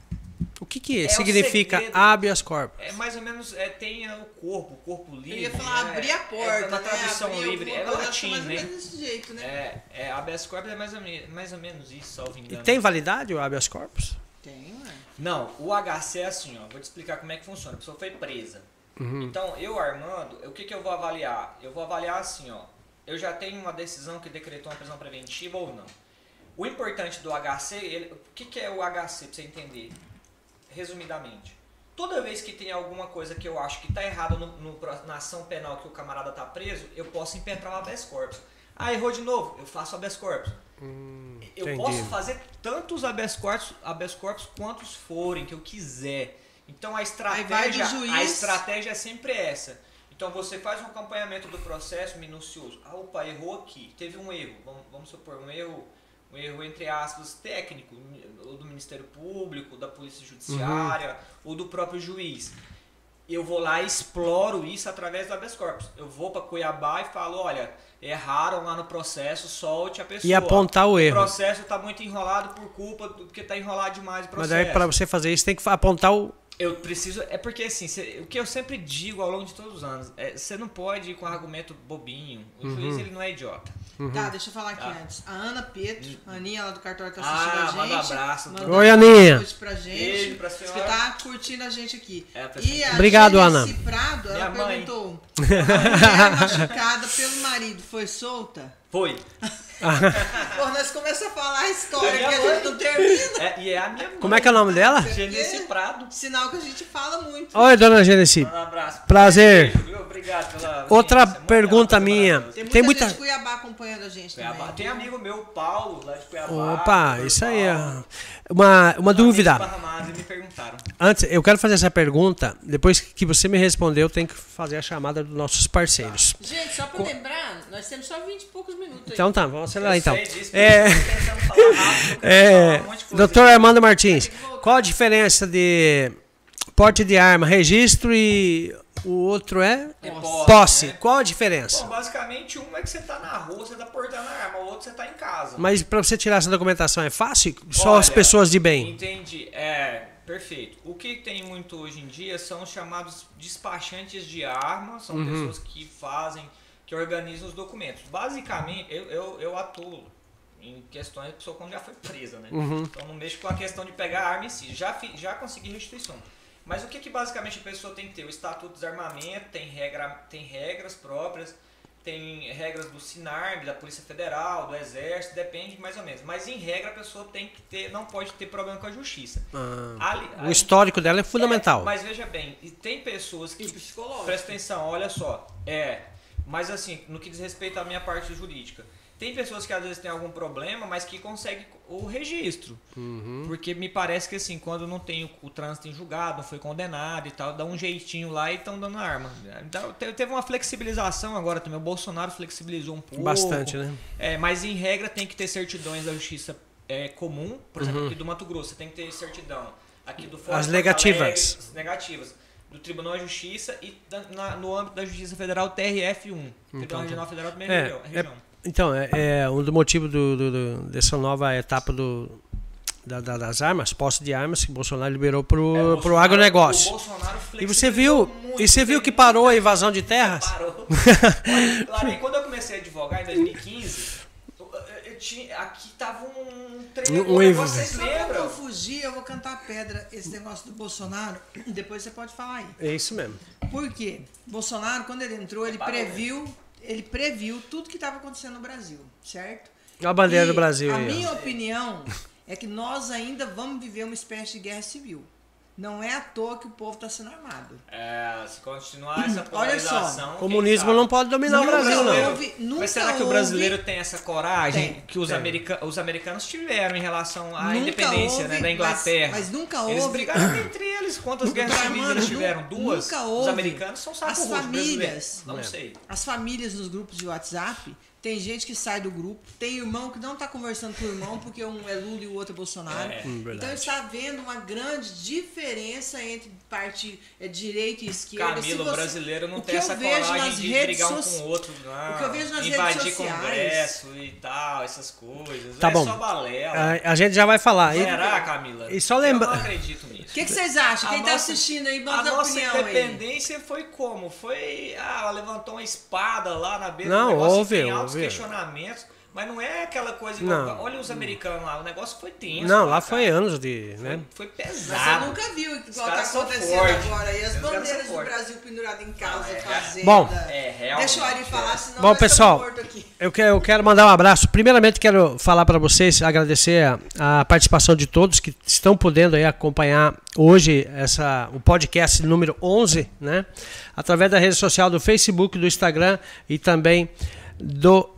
O que que É o significa segredo. habeas corpus? É mais ou menos, é, tem o corpo, o corpo livre. Eu ia falar né? abrir a porta, É, na né? tradução Abrir livre, é alguma coisa, acho que latim, mais ou né? menos desse jeito, né? É, é, habeas corpus é mais ou, menos, mais ou menos isso, salvo E engano. tem validade o habeas corpus? Tem, ué. Não, o H C é assim, ó. Vou te explicar como é que funciona. A pessoa foi presa. Então, eu, Armando, o que, que eu vou avaliar? Eu vou avaliar assim, ó. Eu já tenho uma decisão que decretou uma prisão preventiva ou não. O importante do H C, ele, o que, que é o H C, pra você entender? Resumidamente. Toda vez que tem alguma coisa que eu acho que tá errada no, no, na ação penal que o camarada tá preso, eu posso impetrar o habeas corpus. Ah, errou de novo, eu faço habeas corpus. Hum, Eu entendi. posso fazer tantos habeas corpus, habeas corpus quantos forem, que eu quiser. Então a vai estratégia, do juiz. a estratégia é sempre essa. Então você faz um acompanhamento do processo minucioso. Ah, opa, errou aqui, teve um erro. Vamos, vamos supor, um erro, um erro entre aspas técnico, ou do Ministério Público, da Polícia Judiciária, ou do próprio juiz. Eu vou lá e exploro isso através do habeas corpus. Eu vou para Cuiabá e falo, olha, erraram lá no processo, solte a pessoa. E apontar o erro. O processo está muito enrolado por culpa do porque está enrolado demais o Mas processo. daí pra você fazer isso tem que apontar o... Eu preciso. É porque assim, cê- o que eu sempre digo ao longo de todos os anos, é, você não pode ir com argumento bobinho. O Uhum. juiz ele não é idiota. Tá, deixa eu falar aqui Tá. antes. A Ana Petro, a Aninha lá do cartório tá Ah, assistindo a gente. manda um abraço. Mandando Oi, Aninha. um beijo pra gente. Beijo pra Diz senhora. que tá curtindo a gente aqui. É, pra E a Obrigado, Gênesis Ana. Prado, ela Minha mãe. perguntou: a mulher machucada pelo marido foi solta? Foi. Pô, nós começamos a falar a história É que minha a mãe. gente não termina. É, e é a minha mãe. Como é que é o nome dela? Genesi Prado. Sinal que a gente fala muito. Oi, dona Genesi. Um abraço. Prazer. Beijo, viu? Obrigado pela. Outra audiência. Muito pergunta legal, minha. maravilhoso. Tem muita, Tem muita- gente de Cuiabá acompanhando a gente Cuiabá. também. Tem amigo meu, Paulo, lá de Cuiabá. Opa, doutor isso aí. Paulo. é Uma, uma dúvida. Amigos esparramados, e me perguntaram. Antes, eu quero fazer essa pergunta. Depois que você me responder, eu tenho que fazer a chamada dos nossos parceiros. Gente, só pra lembrar, nós temos só vinte e poucos minutos aí. Então tá, vamos acelerar Eu então. sei disso, por É, isso que eu tô tentando falar rápido, eu quero é, falar um monte de coisa doutor aqui. Armando Martins, qual a diferença de porte de arma, registro e o outro é É Posse, posse? né? Qual a diferença? Bom, basicamente, um é que você tá na rua, você tá portando a arma, o outro você tá em casa. Mas para você tirar essa documentação é fácil? Só as Olha, pessoas de bem? Entendi. É, perfeito. O que tem muito hoje em dia são os chamados despachantes de armas, são Uhum. pessoas que fazem, que organizam os documentos. Basicamente, eu, eu, eu atuo em questões de pessoa quando já foi presa, né? Uhum. Então não mexo com a questão de pegar a arma em si. Já, fi- já consegui restituição. Mas o que, que basicamente a pessoa tem que ter? O Estatuto de Desarmamento, tem, regra, tem regras próprias, tem regras do SINARB, da Polícia Federal, do Exército, depende mais ou menos. Mas em regra a pessoa tem que ter, não pode ter problema com a justiça. Ah, Ali- o ali- histórico dela é fundamental. é, mas veja bem, e tem pessoas que. E psicológico. Presta atenção, olha só. É. Mas assim, no que diz respeito à minha parte jurídica. Tem pessoas que às vezes têm algum problema, mas que conseguem o registro. Uhum. Porque me parece que assim, quando não tem o, o trânsito em julgado, não foi condenado e tal, dá um jeitinho lá e estão dando arma. Então, te- teve uma flexibilização agora também. O Bolsonaro flexibilizou um pouco. Bastante, né? É, mas em regra tem que ter certidões da justiça é, comum. Por exemplo, aqui do Mato Grosso, você tem que ter certidão. Aqui do Fora Uhum. As de Porto negativas. Alegre, as negativas. Do Tribunal de Justiça e da- na- no âmbito da Justiça Federal T R F um. Tribunal Regional Federal da Primeira É, Região. é, então, é, é um do motivo do, do- do- dessa nova etapa do, da, da, das armas, posse de armas, que o Bolsonaro liberou pro, É, o pro Bolsonaro- agronegócio. o Bolsonaro E você viu, flexibilizou e você viu muito, que tem parou muita a invasão de terras? Parou. Olha, Clarinha, quando eu comecei a advogar em dois mil e quinze, eu, eu tinha, aqui tava um trem, Um- um um negócio, ev- vocês Só pra eu lembram? fugir, eu vou cantar pedra esse negócio do Bolsonaro. Depois você pode falar aí. É isso mesmo. Por quê? Bolsonaro, quando ele entrou, ele Parou, previu, ele previu tudo que estava acontecendo no Brasil, certo? Olha a bandeira E do Brasil a aí. ó. minha opinião é que nós ainda vamos viver uma espécie de guerra civil. Não é à toa que o povo está sendo armado. É, se continuar essa Olha só, polarização... O quem comunismo sabe? não pode dominar o Nunca Brasil, não. houve- nunca Mas será que o houve- brasileiro tem essa coragem Tem, que os, tem. america os americanos tiveram em relação à Nunca independência, houve, né, da Inglaterra? Mas, mas nunca Eles houve. brigaram entre eles. Quantas guerras Doutor civis Armando, eles tiveram? nu- Duas? nunca Os houve. americanos são saco As roxo, famílias- brasileiros. Não É. sei. As famílias nos grupos de WhatsApp, tem gente que sai do grupo, tem irmão que não está conversando com o irmão porque um é Lula e o outro é Bolsonaro. É. Hum, verdade. Então está havendo uma grande diferença entre parte é, direita e esquerda. Camila, Se o você- brasileiro não o tem que essa eu vejo coragem nas de redes brigar um soci- com o outro, não. O que eu vejo nas redes Invadir sociais- Congresso e tal, essas coisas. Tá é bom. só balela. A, a gente já vai falar. E- Será, Camila? e só lembra- Eu não acredito nisso. O que, que vocês acham? A Quem está nossa- assistindo aí, A manda a nossa opinião aí. independência foi como? Foi. Ah, ela levantou uma espada lá na beira Não, do negócio. houve, Tem altos houve. questionamentos. Mas não é aquela coisa Não. igual. Olha os americanos lá, o negócio foi tenso. Não, lá cara. foi anos de. Né? Foi, foi Mas você pesado. nunca viu igual Os está caras são acontecendo fortes. agora aí. As Os caras bandeiras são do fortes. Brasil penduradas em casa, Não, é- fazenda. Bom, é, realmente, Deixa o Ari falar, é. senão Bom, nós pessoal, estamos mortos aqui. Eu quero, eu quero mandar um abraço. Primeiramente, quero falar para vocês, agradecer a, a participação de todos que estão podendo aí acompanhar hoje essa, o podcast número onze, né? Através da rede social do Facebook, do Instagram e também do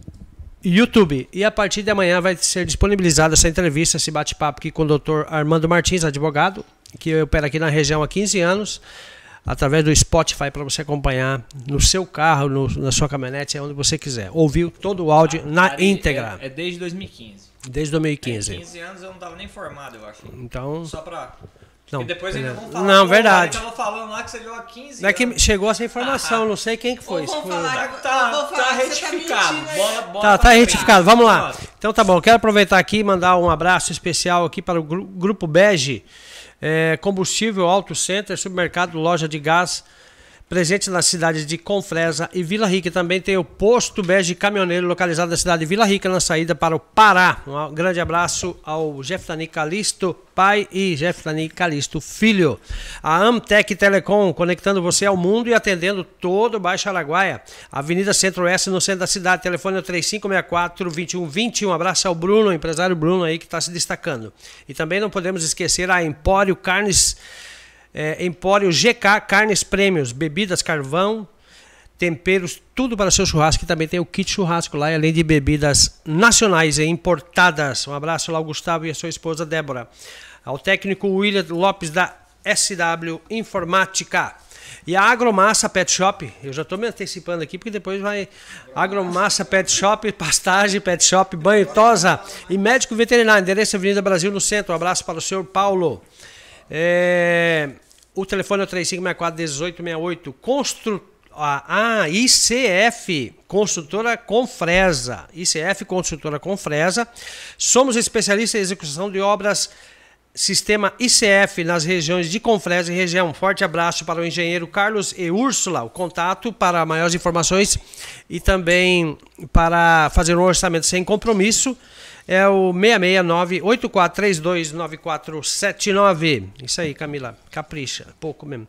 YouTube. E a partir de amanhã vai ser disponibilizada essa entrevista, esse bate-papo aqui com o doutor Armando Martins, advogado, que opera aqui na região há quinze anos, através do Spotify, para você acompanhar no seu carro, no, na sua caminhonete, onde você quiser. Ouviu todo o áudio na Ari, íntegra, É, é desde dois mil e quinze. desde dois mil e Tem quinze. quinze anos eu não tava nem formado, eu acho. Então, Só pra. não, e depois ainda beleza. vão falar. Não, "Pô, verdade. o Ari tava falando lá que você viu há quinze Não é que anos. chegou essa informação, não sei quem que foi. Ou se vão foi- falar- Tá, tá, Eu vou falar tá que você tá retificado. mentindo aí. bola, bola Tá, pra tá frente. retificado. Vamos lá. Pronto. Então tá bom. Quero aproveitar aqui e mandar um abraço especial aqui para o gru- Grupo Bege, é, Combustível Auto Center, Supermercado, Loja de Gás, presente nas cidades de Confresa e Vila Rica. Também tem o Posto Bege Caminhoneiro, localizado na cidade de Vila Rica, na saída para o Pará. Um grande abraço ao Jeftani Calisto, pai, e Jeftani Calisto, filho. A Amtec Telecom, conectando você ao mundo e atendendo todo o Baixo Araguaia. Avenida Centro-Oeste, no centro da cidade. Telefone é três cinco seis quatro, dois um dois um. Um abraço ao Bruno, empresário Bruno aí que está se destacando. E também não podemos esquecer a Empório Carnes... É, Empório G K Carnes Prêmios, bebidas, carvão, temperos, tudo para seu churrasco. E também tem o kit churrasco lá, além de bebidas nacionais e importadas. Um abraço lá ao Gustavo e a sua esposa Débora. Ao técnico William Lopes da S W Informática. E a Agromassa Pet Shop, eu já estou me antecipando aqui porque depois vai Agromassa Pet Shop, pastagem, pet shop, banho, tosa e médico veterinário. Endereço Avenida Brasil no centro. Um abraço para o senhor Paulo. É... O telefone é o três cinco seis quatro, um oito seis oito. Constru... Ah, I C F, Construtora Confresa. I C F, Construtora Confresa. Somos especialistas em execução de obras Sistema I C F nas regiões de Confresa e região. Forte abraço para o engenheiro Carlos e Úrsula. O contato para maiores informações e também para fazer um orçamento sem compromisso é o seis seis nove, oito quatro três dois, nove quatro sete nove. Isso aí, Camila, capricha, pouco mesmo.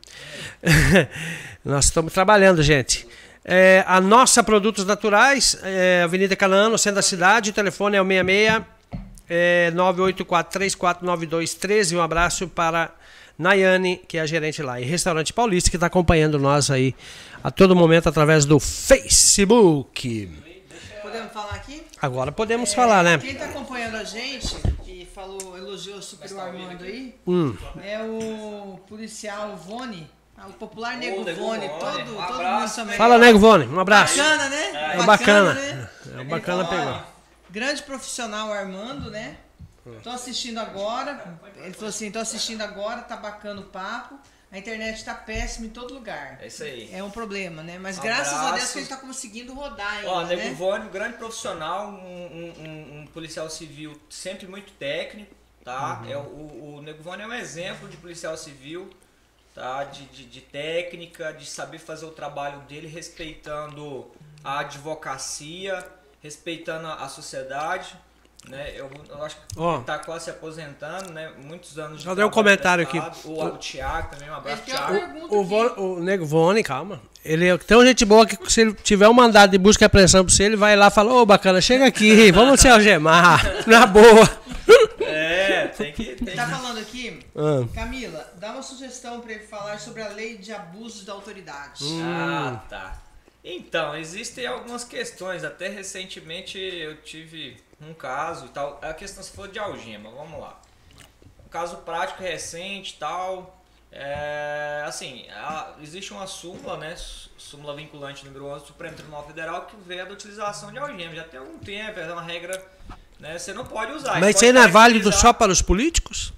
Nós estamos trabalhando, gente. É, a Nossa Produtos Naturais, é, Avenida Canaã, no centro da cidade. O telefone é o seis seis é, nove oito quatro três quatro nove dois um três. Um abraço para Nayane, que é a gerente lá. E Restaurante Paulista, que está acompanhando nós aí a todo momento através do Facebook. Podemos falar aqui? Agora podemos É, falar, né? Quem está acompanhando a gente e falou, elogiou super o Armando aí, Hum. é o policial Vone, o popular Nego Ô, Nego Vone, Vone, todo, um todo mundo abraço, também. Fala, Nego Vone, um abraço. Bacana, né? É bacana. né? É bacana Então, pegar. Grande profissional Armando, né? Tô assistindo agora. Ele falou assim, tô assistindo agora, tá bacana o papo. A internet tá péssima em todo lugar. É isso aí. É um problema, né? Mas Um graças a Deus abraço. que ele tá conseguindo rodar ainda, Ó, Nego né? Vone, um grande profissional, um, um- um- um policial civil sempre muito técnico. tá? Uhum. É, o, o Nego Vone é um exemplo de policial civil, tá? De, de, de técnica, de saber fazer o trabalho dele respeitando a advocacia, respeitando a, a sociedade. Né? Eu, eu acho que oh. ele está quase se aposentando, né? Muitos anos de Já deu um comentário aqui. O, o Thiago também, um abraço, Thiago. O, o, Von, o Nego Vone, calma. Ele é tão gente boa que se ele tiver um mandado de busca e apreensão para você, ele vai lá e fala, ô oh, bacana, chega aqui, vamos se algemar. Na boa. É, tem que... Tem ele tá falando aqui, ah. Camila, dá uma sugestão para ele falar sobre a lei de abusos da autoridade. Hum. Ah, tá. Então, existem algumas questões. Até recentemente eu tive um caso e tal. A questão se for de algema, vamos lá. Um caso prático recente e tal. É, assim, a, existe uma súmula, né? Súmula vinculante número onze do Supremo Tribunal Federal que vê a utilização de algema. Já tem algum tempo, é uma regra, né? Você não pode usar. Mas isso aí não é válido utilizar... só para os políticos?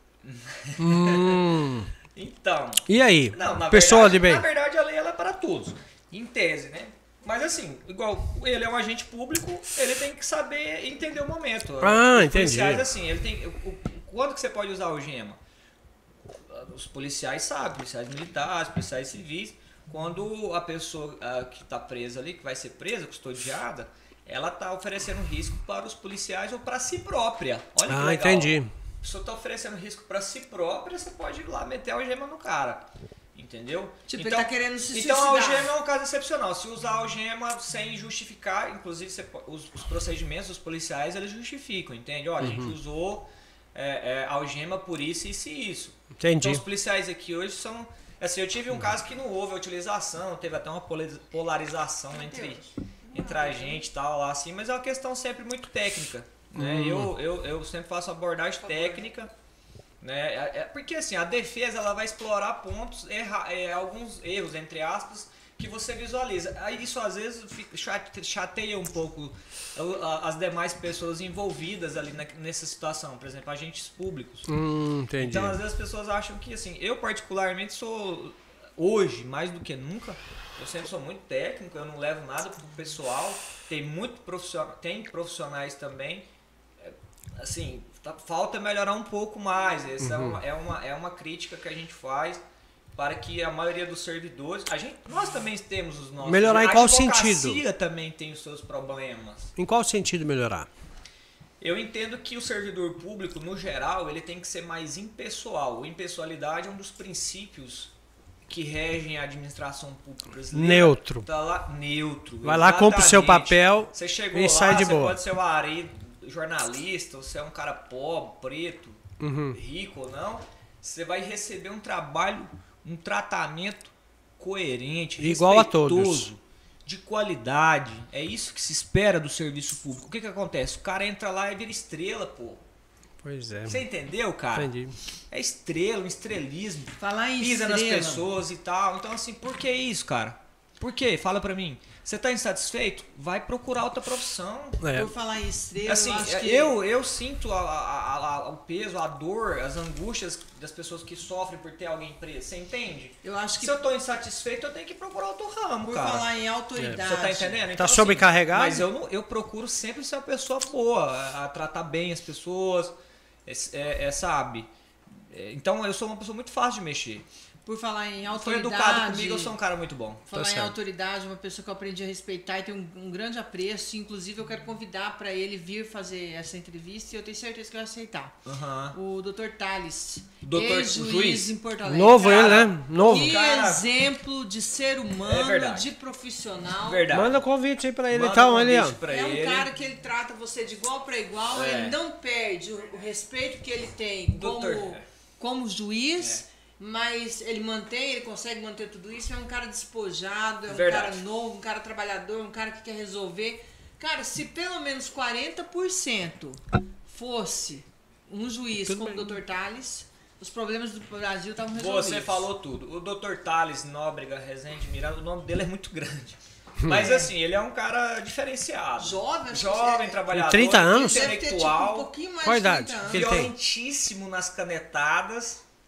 hum. Então. E aí? Não, na pessoa verdade, de bem. Na verdade, a lei ela é para todos. Em tese, né? Mas assim, igual ele é um agente público, ele tem que saber entender o momento. Ah, os entendi. Policiais, assim, ele tem, o, quando que você pode usar algema? Os policiais sabem, policiais militares, policiais civis, quando a pessoa uh, que está presa ali, que vai ser presa, custodiada, ela está oferecendo risco para os policiais ou para si própria. Olha que ah, legal. entendi. A pessoa está oferecendo risco para si própria, você pode ir lá meter a algema no cara. Entendeu? Tipo, então, ele tá querendo se Então suicidar. a algema é um caso excepcional. Se usar a algema sem justificar, inclusive você, os, os procedimentos dos policiais, eles justificam, entende? Olha, uhum. a gente usou é, é, algema por isso, isso e isso. Entendi. Então os policiais aqui hoje são... Assim, eu tive um caso que não houve a utilização, teve até uma polarização entre, entre a gente e tal, lá assim, mas é uma questão sempre muito técnica. Né? Uhum. Eu, eu, eu sempre faço abordagem técnica. Né? É, porque assim, a defesa ela vai explorar pontos, erra, é, alguns erros, entre aspas, que você visualiza. Aí isso às vezes fica, chateia um pouco as demais pessoas envolvidas ali na, nessa situação, por exemplo, agentes públicos. Hum, entendi. Então às vezes as pessoas acham que assim, eu particularmente sou, hoje, mais do que nunca, eu sempre sou muito técnico, eu não levo nada pro pessoal, tem, muito profissional, tem profissionais também, assim... Falta melhorar um pouco mais. Essa uhum. é, uma, é, uma, é uma crítica que a gente faz para que a maioria dos servidores... A gente, nós também temos os nossos... Melhorar em qual sentido? A advocacia também tem os seus problemas. Em qual sentido melhorar? Eu entendo que o servidor público, no geral, ele tem que ser mais impessoal. A impessoalidade é um dos princípios que regem a administração pública brasileira. Neutro. Tá lá, neutro. Vai lá, cumpre o seu papel você chegou e lá, sai de você boa. pode ser o marido, jornalista, você é um cara pobre, preto, uhum. rico ou não, você vai receber um trabalho, um tratamento coerente, igual a todos, de qualidade. É isso que se espera do serviço público. O que que acontece? O cara entra lá e vira estrela, pô. Pois é. Você entendeu, cara? Entendi. É estrela, um estrelismo. Falar em Pisa estrela. nas pessoas e tal. Então assim, por que isso, cara? Por quê? Fala pra mim. Você tá insatisfeito? Vai procurar outra profissão. É. Por falar em estrela, assim, eu acho que... eu, eu sinto a, a, a, o peso, a dor, as angústias das pessoas que sofrem por ter alguém preso. Você entende? Eu acho que... Se eu tô insatisfeito, eu tenho que procurar outro ramo, por cara. Por falar em autoridade... Você tá entendendo? Tá então, sobrecarregado? Assim, mas eu, não, eu procuro sempre ser uma pessoa boa, a, a tratar bem as pessoas, é, é, é, sabe? É, então, eu sou uma pessoa muito fácil de mexer. Por falar em autoridade... Foi educado comigo, eu sou um cara muito bom. Falar tá em certo. autoridade, uma pessoa que eu aprendi a respeitar e tenho um, um grande apreço. Inclusive, eu quero convidar para ele vir fazer essa entrevista e eu tenho certeza que vai aceitar. Uhum. O doutor Thales, doutor ex-juiz em Porto Alegre. Novo cara, ele, né? Novo. Que cara. exemplo de ser humano, É de profissional. Verdade. Manda convite aí pra ele Manda então, ele, ó. É um cara que ele trata você de igual para igual, É. ele não perde o, o respeito que ele tem Doutor. como, como juiz. É. Mas ele mantém, ele consegue manter tudo isso. É um cara despojado, é um Verdade. cara novo, um cara trabalhador, um cara que quer resolver. Cara, se pelo menos quarenta por cento fosse um juiz Tudo como bem. o doutor Thales, os problemas do Brasil estavam resolvidos. Você falou tudo. O doutor Thales Nóbrega Rezende Miranda, o nome dele é muito grande. Mas assim, ele é um cara diferenciado. Jovem, acho Jovem, que trabalhador, trinta anos? deve ter, tipo, um intelectual, pouquinho mais Qual de idade? trinta anos. Que ele tem? violentíssimo nas canetadas.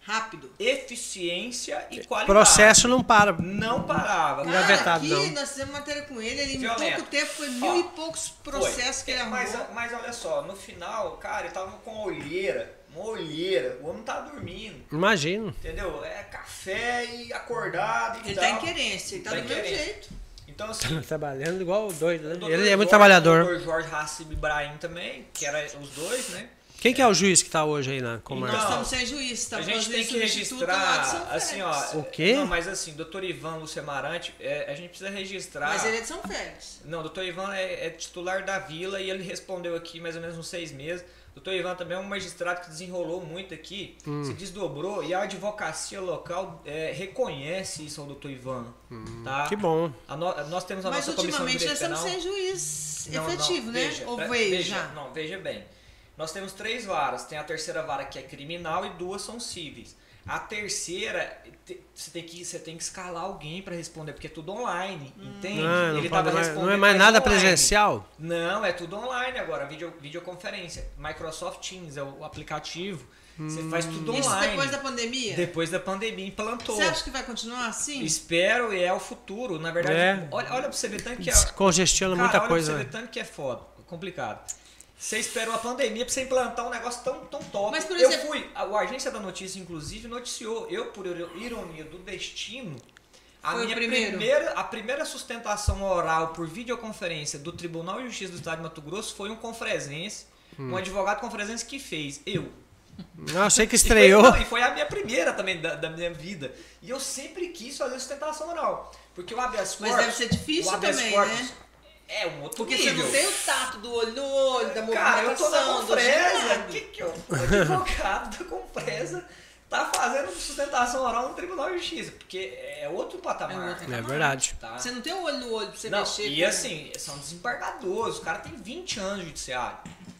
Rápido. eficiência e qualidade. Processo não para. Não parava. Cara, Engavetado, aqui não. nós fizemos matéria com ele, ele em Violento. pouco tempo foi mil Ó, e poucos processos Foi. que ele arrumou. Mas, mas olha só, no final, cara, ele tava com olheira, uma olheira, o homem tava dormindo, Imagino. entendeu? É café e acordado e Ele tal. tá em querência, ele tá, Tá do em mesmo querência. jeito. Então assim, Trabalhando igual doido, o né? doutor Ele é muito Jorge, trabalhador. O doutor Jorge Hassib Ibrahim também, que era os dois, né? Quem que é o juiz que tá hoje aí na Nós comarca? Não. estamos sem juiz, A estamos gente tem que registrar, assim, ó. O quê? Não, mas assim, doutor Ivan Lúcio Amarante, é, a gente precisa registrar. Mas ele é de São Félix. Não, o doutor Ivan é, é titular da vila e ele respondeu aqui mais ou menos uns seis meses. O doutor Ivan também é um magistrado que desenrolou muito aqui, Hum. se desdobrou e a advocacia local é, reconhece isso ao doutor Ivan. Tá? Que bom. A no- nós temos a Mas nossa comissão de ultimamente nós direito estamos penal. sem juiz Não, efetivo, não, né? veja, Ou pre- veio veja, já? Não, veja bem. Nós temos três varas. Tem a terceira vara que é criminal e duas são cíveis. A terceira, te- você tem que, você tem que escalar alguém para responder, porque é tudo online, entende? Ah, não, Ele pode tava mais- não é respondendo mais nada online. presencial? Não, é tudo online agora, video, videoconferência. Microsoft Teams é o aplicativo. Você faz tudo Isso online. depois da pandemia? Depois da pandemia, implantou. Você acha que vai continuar assim? Espero e é o futuro. Na verdade, É. olha, olha pra você ver tanto que é. Descongestiona Cara, muita olha coisa. pra você né? ver tanto que é foda, complicado. Você esperou a pandemia pra você implantar um negócio tão, tão top. Mas, por eu exemplo- fui, a, a Agência da Notícia, inclusive, noticiou, eu, por ironia do destino, a Foi o minha primeiro. primeira, a primeira sustentação oral por videoconferência do Tribunal de Justiça do Estado de Mato Grosso foi um confresense, Hum. um advogado confresense que fez. Eu. Não, eu sei que E foi- estreou. não, E foi, a minha primeira também da, da minha vida. E eu sempre quis fazer sustentação oral. Porque o habeas corpus... Mas deve ser difícil o habeas também, corpus né? É um outro Porque nível. você não tem o tato do olho no olho, da Cara, eu tô na movimentação, do Confresa. girado. O que, que eu, o advogado da Confresa tá fazendo sustentação oral no Tribunal de Justiça? Porque é outro patamar. É outro É patamar. verdade. Tá? Você não tem o olho no olho pra você Não, mexer. e com- assim, são desembargadores. O cara tem vinte anos de judiciário.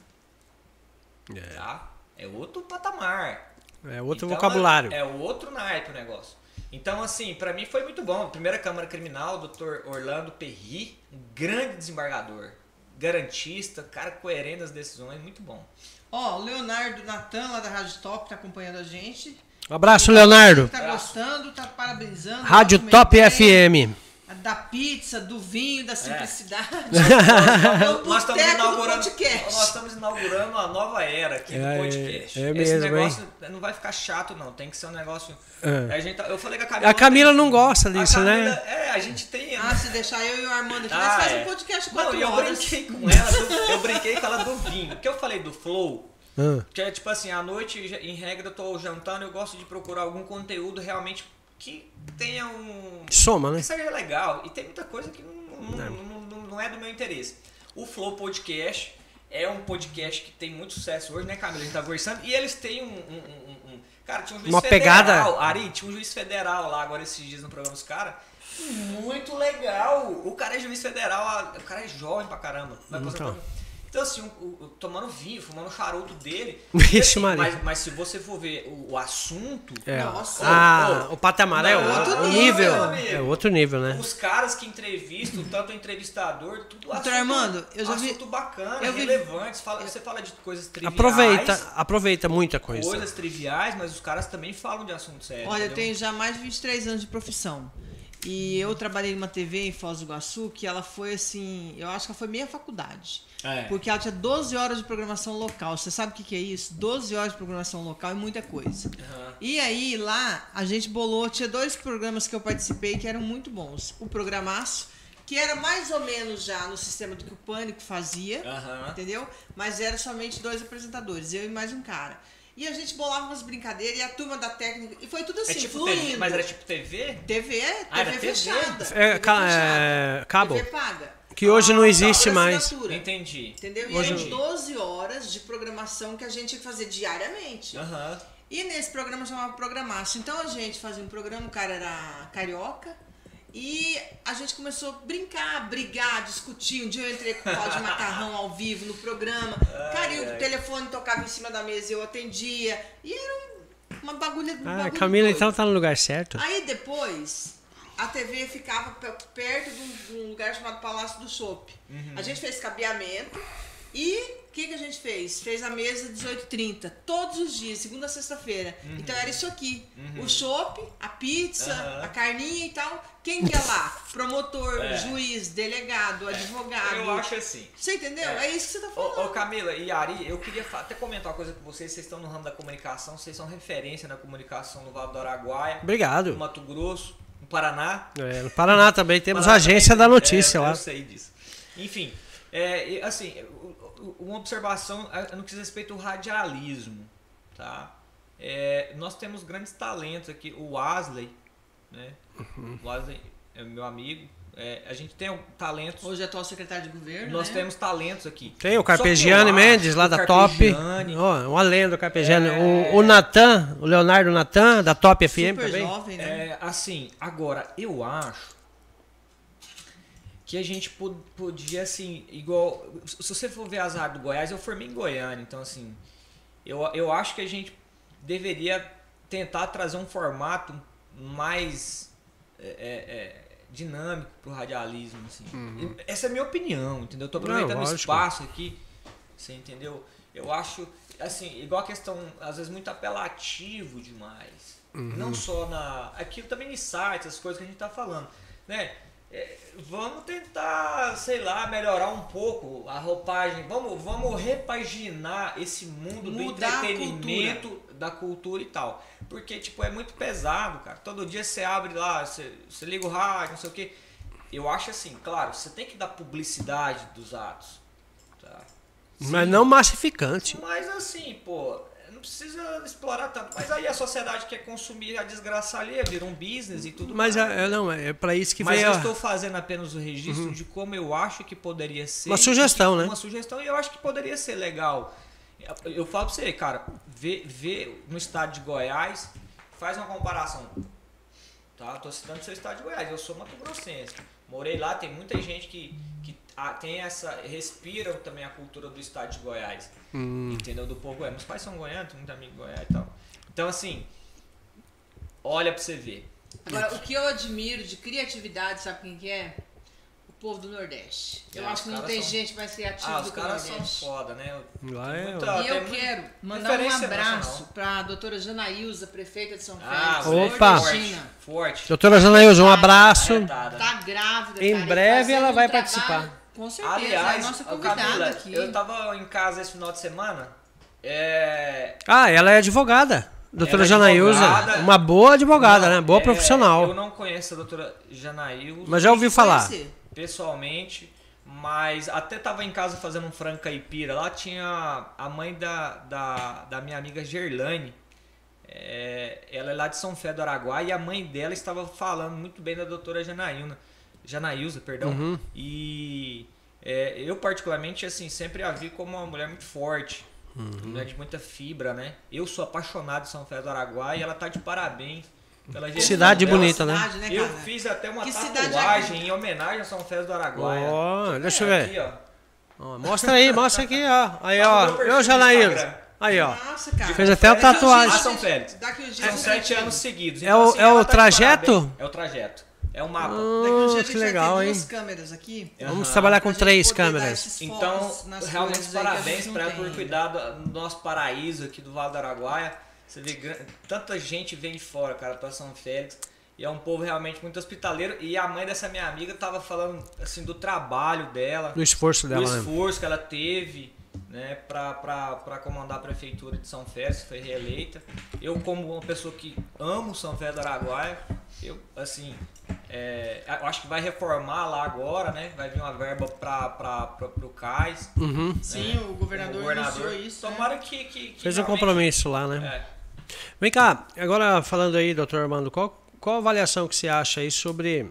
É, Tá? É outro patamar. é outro Então, vocabulário. É, é outro naipe o negócio. Então, assim, pra mim foi muito bom. Primeira Câmara Criminal, doutor Orlando Perry, um grande desembargador, garantista, cara coerente nas decisões, muito bom. Ó, o Leonardo Natan, lá da Rádio Top, tá acompanhando a gente. Um abraço, Leonardo. Tá gostando, tá parabenizando. Rádio gosta Top muito F bem. M. Da pizza, do vinho, da simplicidade. É. É o Nós estamos boteco do inaugurando, podcast. nós estamos inaugurando uma nova era aqui É, do podcast. é Esse mesmo, negócio não vai ficar chato, não. Tem que ser um negócio. É. A gente, tá- eu falei com a Camila. A Camila ontem, não gosta a disso, Camila- né? É, a gente tem. Ah, se deixar eu e o Armando aqui, Ah, nós fazemos é. um podcast Não, quatro e eu horas. brinquei com ela, do- eu brinquei com ela do vinho. Porque eu falei do flow. Ah, Que é tipo assim, à noite, em regra, eu tô jantando, eu gosto de procurar algum conteúdo realmente que tenha um. Soma, né? Que seja legal. E tem muita coisa que não, não, não, não, não é do meu interesse. O Flow Podcast é um podcast que tem muito sucesso hoje, né, Camila? A gente tá conversando. E eles têm um. um, um- um- cara, tinha um juiz Uma federal. pegada- Ari, tinha um juiz federal lá agora esses dias no programa dos caras. Muito legal. O cara é juiz federal, o cara é jovem pra caramba. Vai Então. aposentar. Então, assim, o- o- tomando vinho, fumando charuto dele. Vixe, E, assim, Maria. mas, mas se você for ver o, o assunto. É. Nossa. Ah, Ô, ô, o patamar é não, outro outro nível. nível, É outro nível, né? Os caras que entrevistam, tanto o entrevistador, tudo Doutor assunto, Armando, eu já vi- assunto bacana, eu vi- relevantes. Fala, você fala de coisas triviais. Aproveita, aproveita muita coisa. Coisas triviais, mas os caras também falam de assunto sério. Olha, eu entendeu? tenho já mais de vinte e três anos de profissão. E eu trabalhei numa T V em Foz do Iguaçu que ela foi assim, eu acho que ela foi meia faculdade. É. Porque ela tinha doze horas de programação local. Você sabe o que que é isso? doze horas de programação local é muita coisa. Aham. E aí, lá, a gente bolou, tinha dois programas que eu participei que eram muito bons. O Programaço, que era mais ou menos já no sistema do que o Pânico fazia, Aham. entendeu? Mas era somente dois apresentadores, eu e mais um cara. E a gente bolava umas brincadeiras e a turma da técnica, e foi tudo assim, É tipo fluindo. T V, mas era tipo T V? T V, é, Ah, era T V T V? fechada. É, T V ca- fechada. é, cabo. T V paga. Que hoje não Ah, existe Por mais. assinatura. Entendi. Entendeu? E Hoje- eram doze horas de programação que a gente tinha que fazer diariamente. Aham. E nesse programa chamava Programaço. Então a gente fazia um programa, o cara era carioca. E a gente começou a brincar, brigar, discutir. Um dia eu entrei com o pau de macarrão ao vivo no programa. Cara, e o ai. telefone tocava em cima da mesa e eu atendia. E era um- uma bagulha. Um Ah, bagulho Camila doido. então tá no lugar certo. Aí depois, a T V ficava pe- perto de um, de um lugar chamado Palácio do Chopp. A gente fez cabeamento e o que, que, que a gente fez? Fez a mesa dezoito e trinta, todos os dias, segunda a sexta-feira. Uhum. Então era isso aqui. Uhum. O chopp, a pizza, Uhum. a carninha e tal. Quem que é lá? Promotor, É. juiz, delegado, advogado. Eu acho assim. Você entendeu? É, É. isso que você tá falando. Ô, ô Camila e Ari, eu queria fa- até comentar uma coisa com vocês. Vocês estão no ramo da comunicação, vocês são referência na comunicação no Vale do Araguaia, no Obrigado. Mato Grosso, no Paraná. É, no Paraná também temos Paraná agência também, da notícia é, lá. Eu sei disso. Enfim, é, e, assim, u- u- uma observação é, no que diz respeito ao radialismo, tá? É, nós temos grandes talentos aqui. O Wesley, né? Uhum. O Wesley é meu amigo. É, a gente tem talentos. Hoje é atual secretário de governo, Nós né? temos talentos aqui. Tem o Só que eu Carpegiani acho Mendes, lá que o da Top. Carpegiani- Ó, uma lenda, o Carpegiani. É. O, o Natan, o Leonardo Natan, da Top F M Super também. jovem, né? É, assim, agora, eu acho que a gente pod- podia, assim, igual... Se você for ver as áreas do Goiás, eu formei em Goiânia, então, assim, eu, eu acho que a gente deveria tentar trazer um formato mais é, é, dinâmico pro radialismo, assim. Uhum. Essa é a minha opinião, entendeu? Eu tô Não, aproveitando o lógico. espaço aqui, você entendeu? Eu acho, assim, igual a questão, às vezes, muito apelativo demais. Uhum. Não só na... Aquilo também em sites, as coisas que a gente tá falando, né? É, vamos tentar, sei lá, melhorar um pouco a roupagem. Vamos, vamos repaginar esse mundo do Mudar a entretenimento, da cultura e tal. Porque, tipo, é muito pesado, cara. Todo dia você abre lá, você, você liga o rádio, não sei o quê. Eu acho assim, claro, você tem que dar publicidade dos atos. Tá? Mas Sim. não massificante. Mas assim, pô, não precisa explorar tanto. Mas aí a sociedade quer consumir a desgraça alheia, vira um business e tudo Mas mais. é, é- não, é pra isso que Mas veio. eu a- estou fazendo apenas o registro de como eu acho que poderia ser. Uma sugestão, né? Uma sugestão e eu acho que poderia ser legal. Eu falo pra você, cara, vê, vê no estado de Goiás, faz uma comparação. Tá? Tô citando o seu estado de Goiás, eu sou mato-grossense. Morei lá, tem muita gente que, que ah, tem essa. Respira também a cultura do estado de Goiás. Hum. Entendeu? Do povo Goiás. Meus pais são goianos, tem muito amigo de Goiás e tal. Então, assim, olha pra você ver. Agora, o que eu admiro de criatividade, sabe quem que é? O povo do Nordeste. Eu É, acho os que não caras tem são- gente mais criativa Ah, do os que o caras são Nordeste. foda, né? Lá é- Muita- E eu tem quero mandar um referência abraço nacional. para a doutora Janaílza, prefeita de São Ah, Félix, Opa! nordestina. Forte. Doutora Janaílza, um abraço. Arretada. Tá grávida, Em cara, e breve fazendo ela um vai trabalho- participar. Com certeza, Aliás, é a nossa ô, convidada Camila, aqui. eu tava em casa esse final de semana. É, Ah, ela é advogada. Doutora Ela é Janaílza. advogada. Uma boa advogada, Não, né? Boa é, profissional. Eu não conheço a doutora Janaílza Mas já ouvi falar. Conhecer. pessoalmente, mas até tava em casa fazendo um frango caipira. Lá tinha a mãe da, da, da minha amiga Gerlane. É, ela é lá de São Fé do Araguaia e a mãe dela estava falando muito bem da doutora Janaílza, Janaílza, perdão. Uhum. E é, eu particularmente assim sempre a vi como uma mulher muito forte, Uhum. mulher de muita fibra, né? Eu sou apaixonado de São Fé do Araguaia e ela tá de parabéns pela gestão Cidade dela. bonita, né? Cidade, né, Eu cara? fiz até uma Que cidade tatuagem é em homenagem a São Fé do Araguaia. Ó, deixa eu É, ver. aqui, ó. Ó, mostra aí, mostra aqui, ó. Aí, Tá no ó. meu perfil Eu, do Janaílza. Instagram. Aí, ó. Nossa, cara. Fez até a Daqui uns tatuagem. dias- São Félix. Daqui uns dias São a sete gente- anos seguidos. É o- assim, é ela o tá de trajeto? parabéns. É o trajeto. É o mapa. Daqui uns dias a Oh, gente que vai legal, ter hein? duas câmeras aqui. Vamos Aham. trabalhar pra com gente três poder dar câmeras. esses Então, focos nas realmente coisas aí que a parabéns gente não para ela tem por ainda. cuidar do do nosso paraíso aqui do Vale do Araguaia. Você vê gran- tanta gente vem de fora, cara, para São Félix. E é um povo realmente muito hospitaleiro. E a mãe dessa minha amiga tava falando assim do trabalho dela, Do esforço do dela, né? esforço que ela teve, né, para comandar a prefeitura de São Félix, foi reeleita. Eu, como uma pessoa que amo São Félix do Araguaia, eu, assim, é, eu acho que vai reformar lá agora, né? Vai vir uma verba para o cais. Uhum. Sim, o governador, O governador. anunciou isso. né? Tomara que, que, que Fez um realmente- compromisso lá, né? É. Vem cá, agora falando aí, doutor Armando, qual, qual a avaliação que você acha aí sobre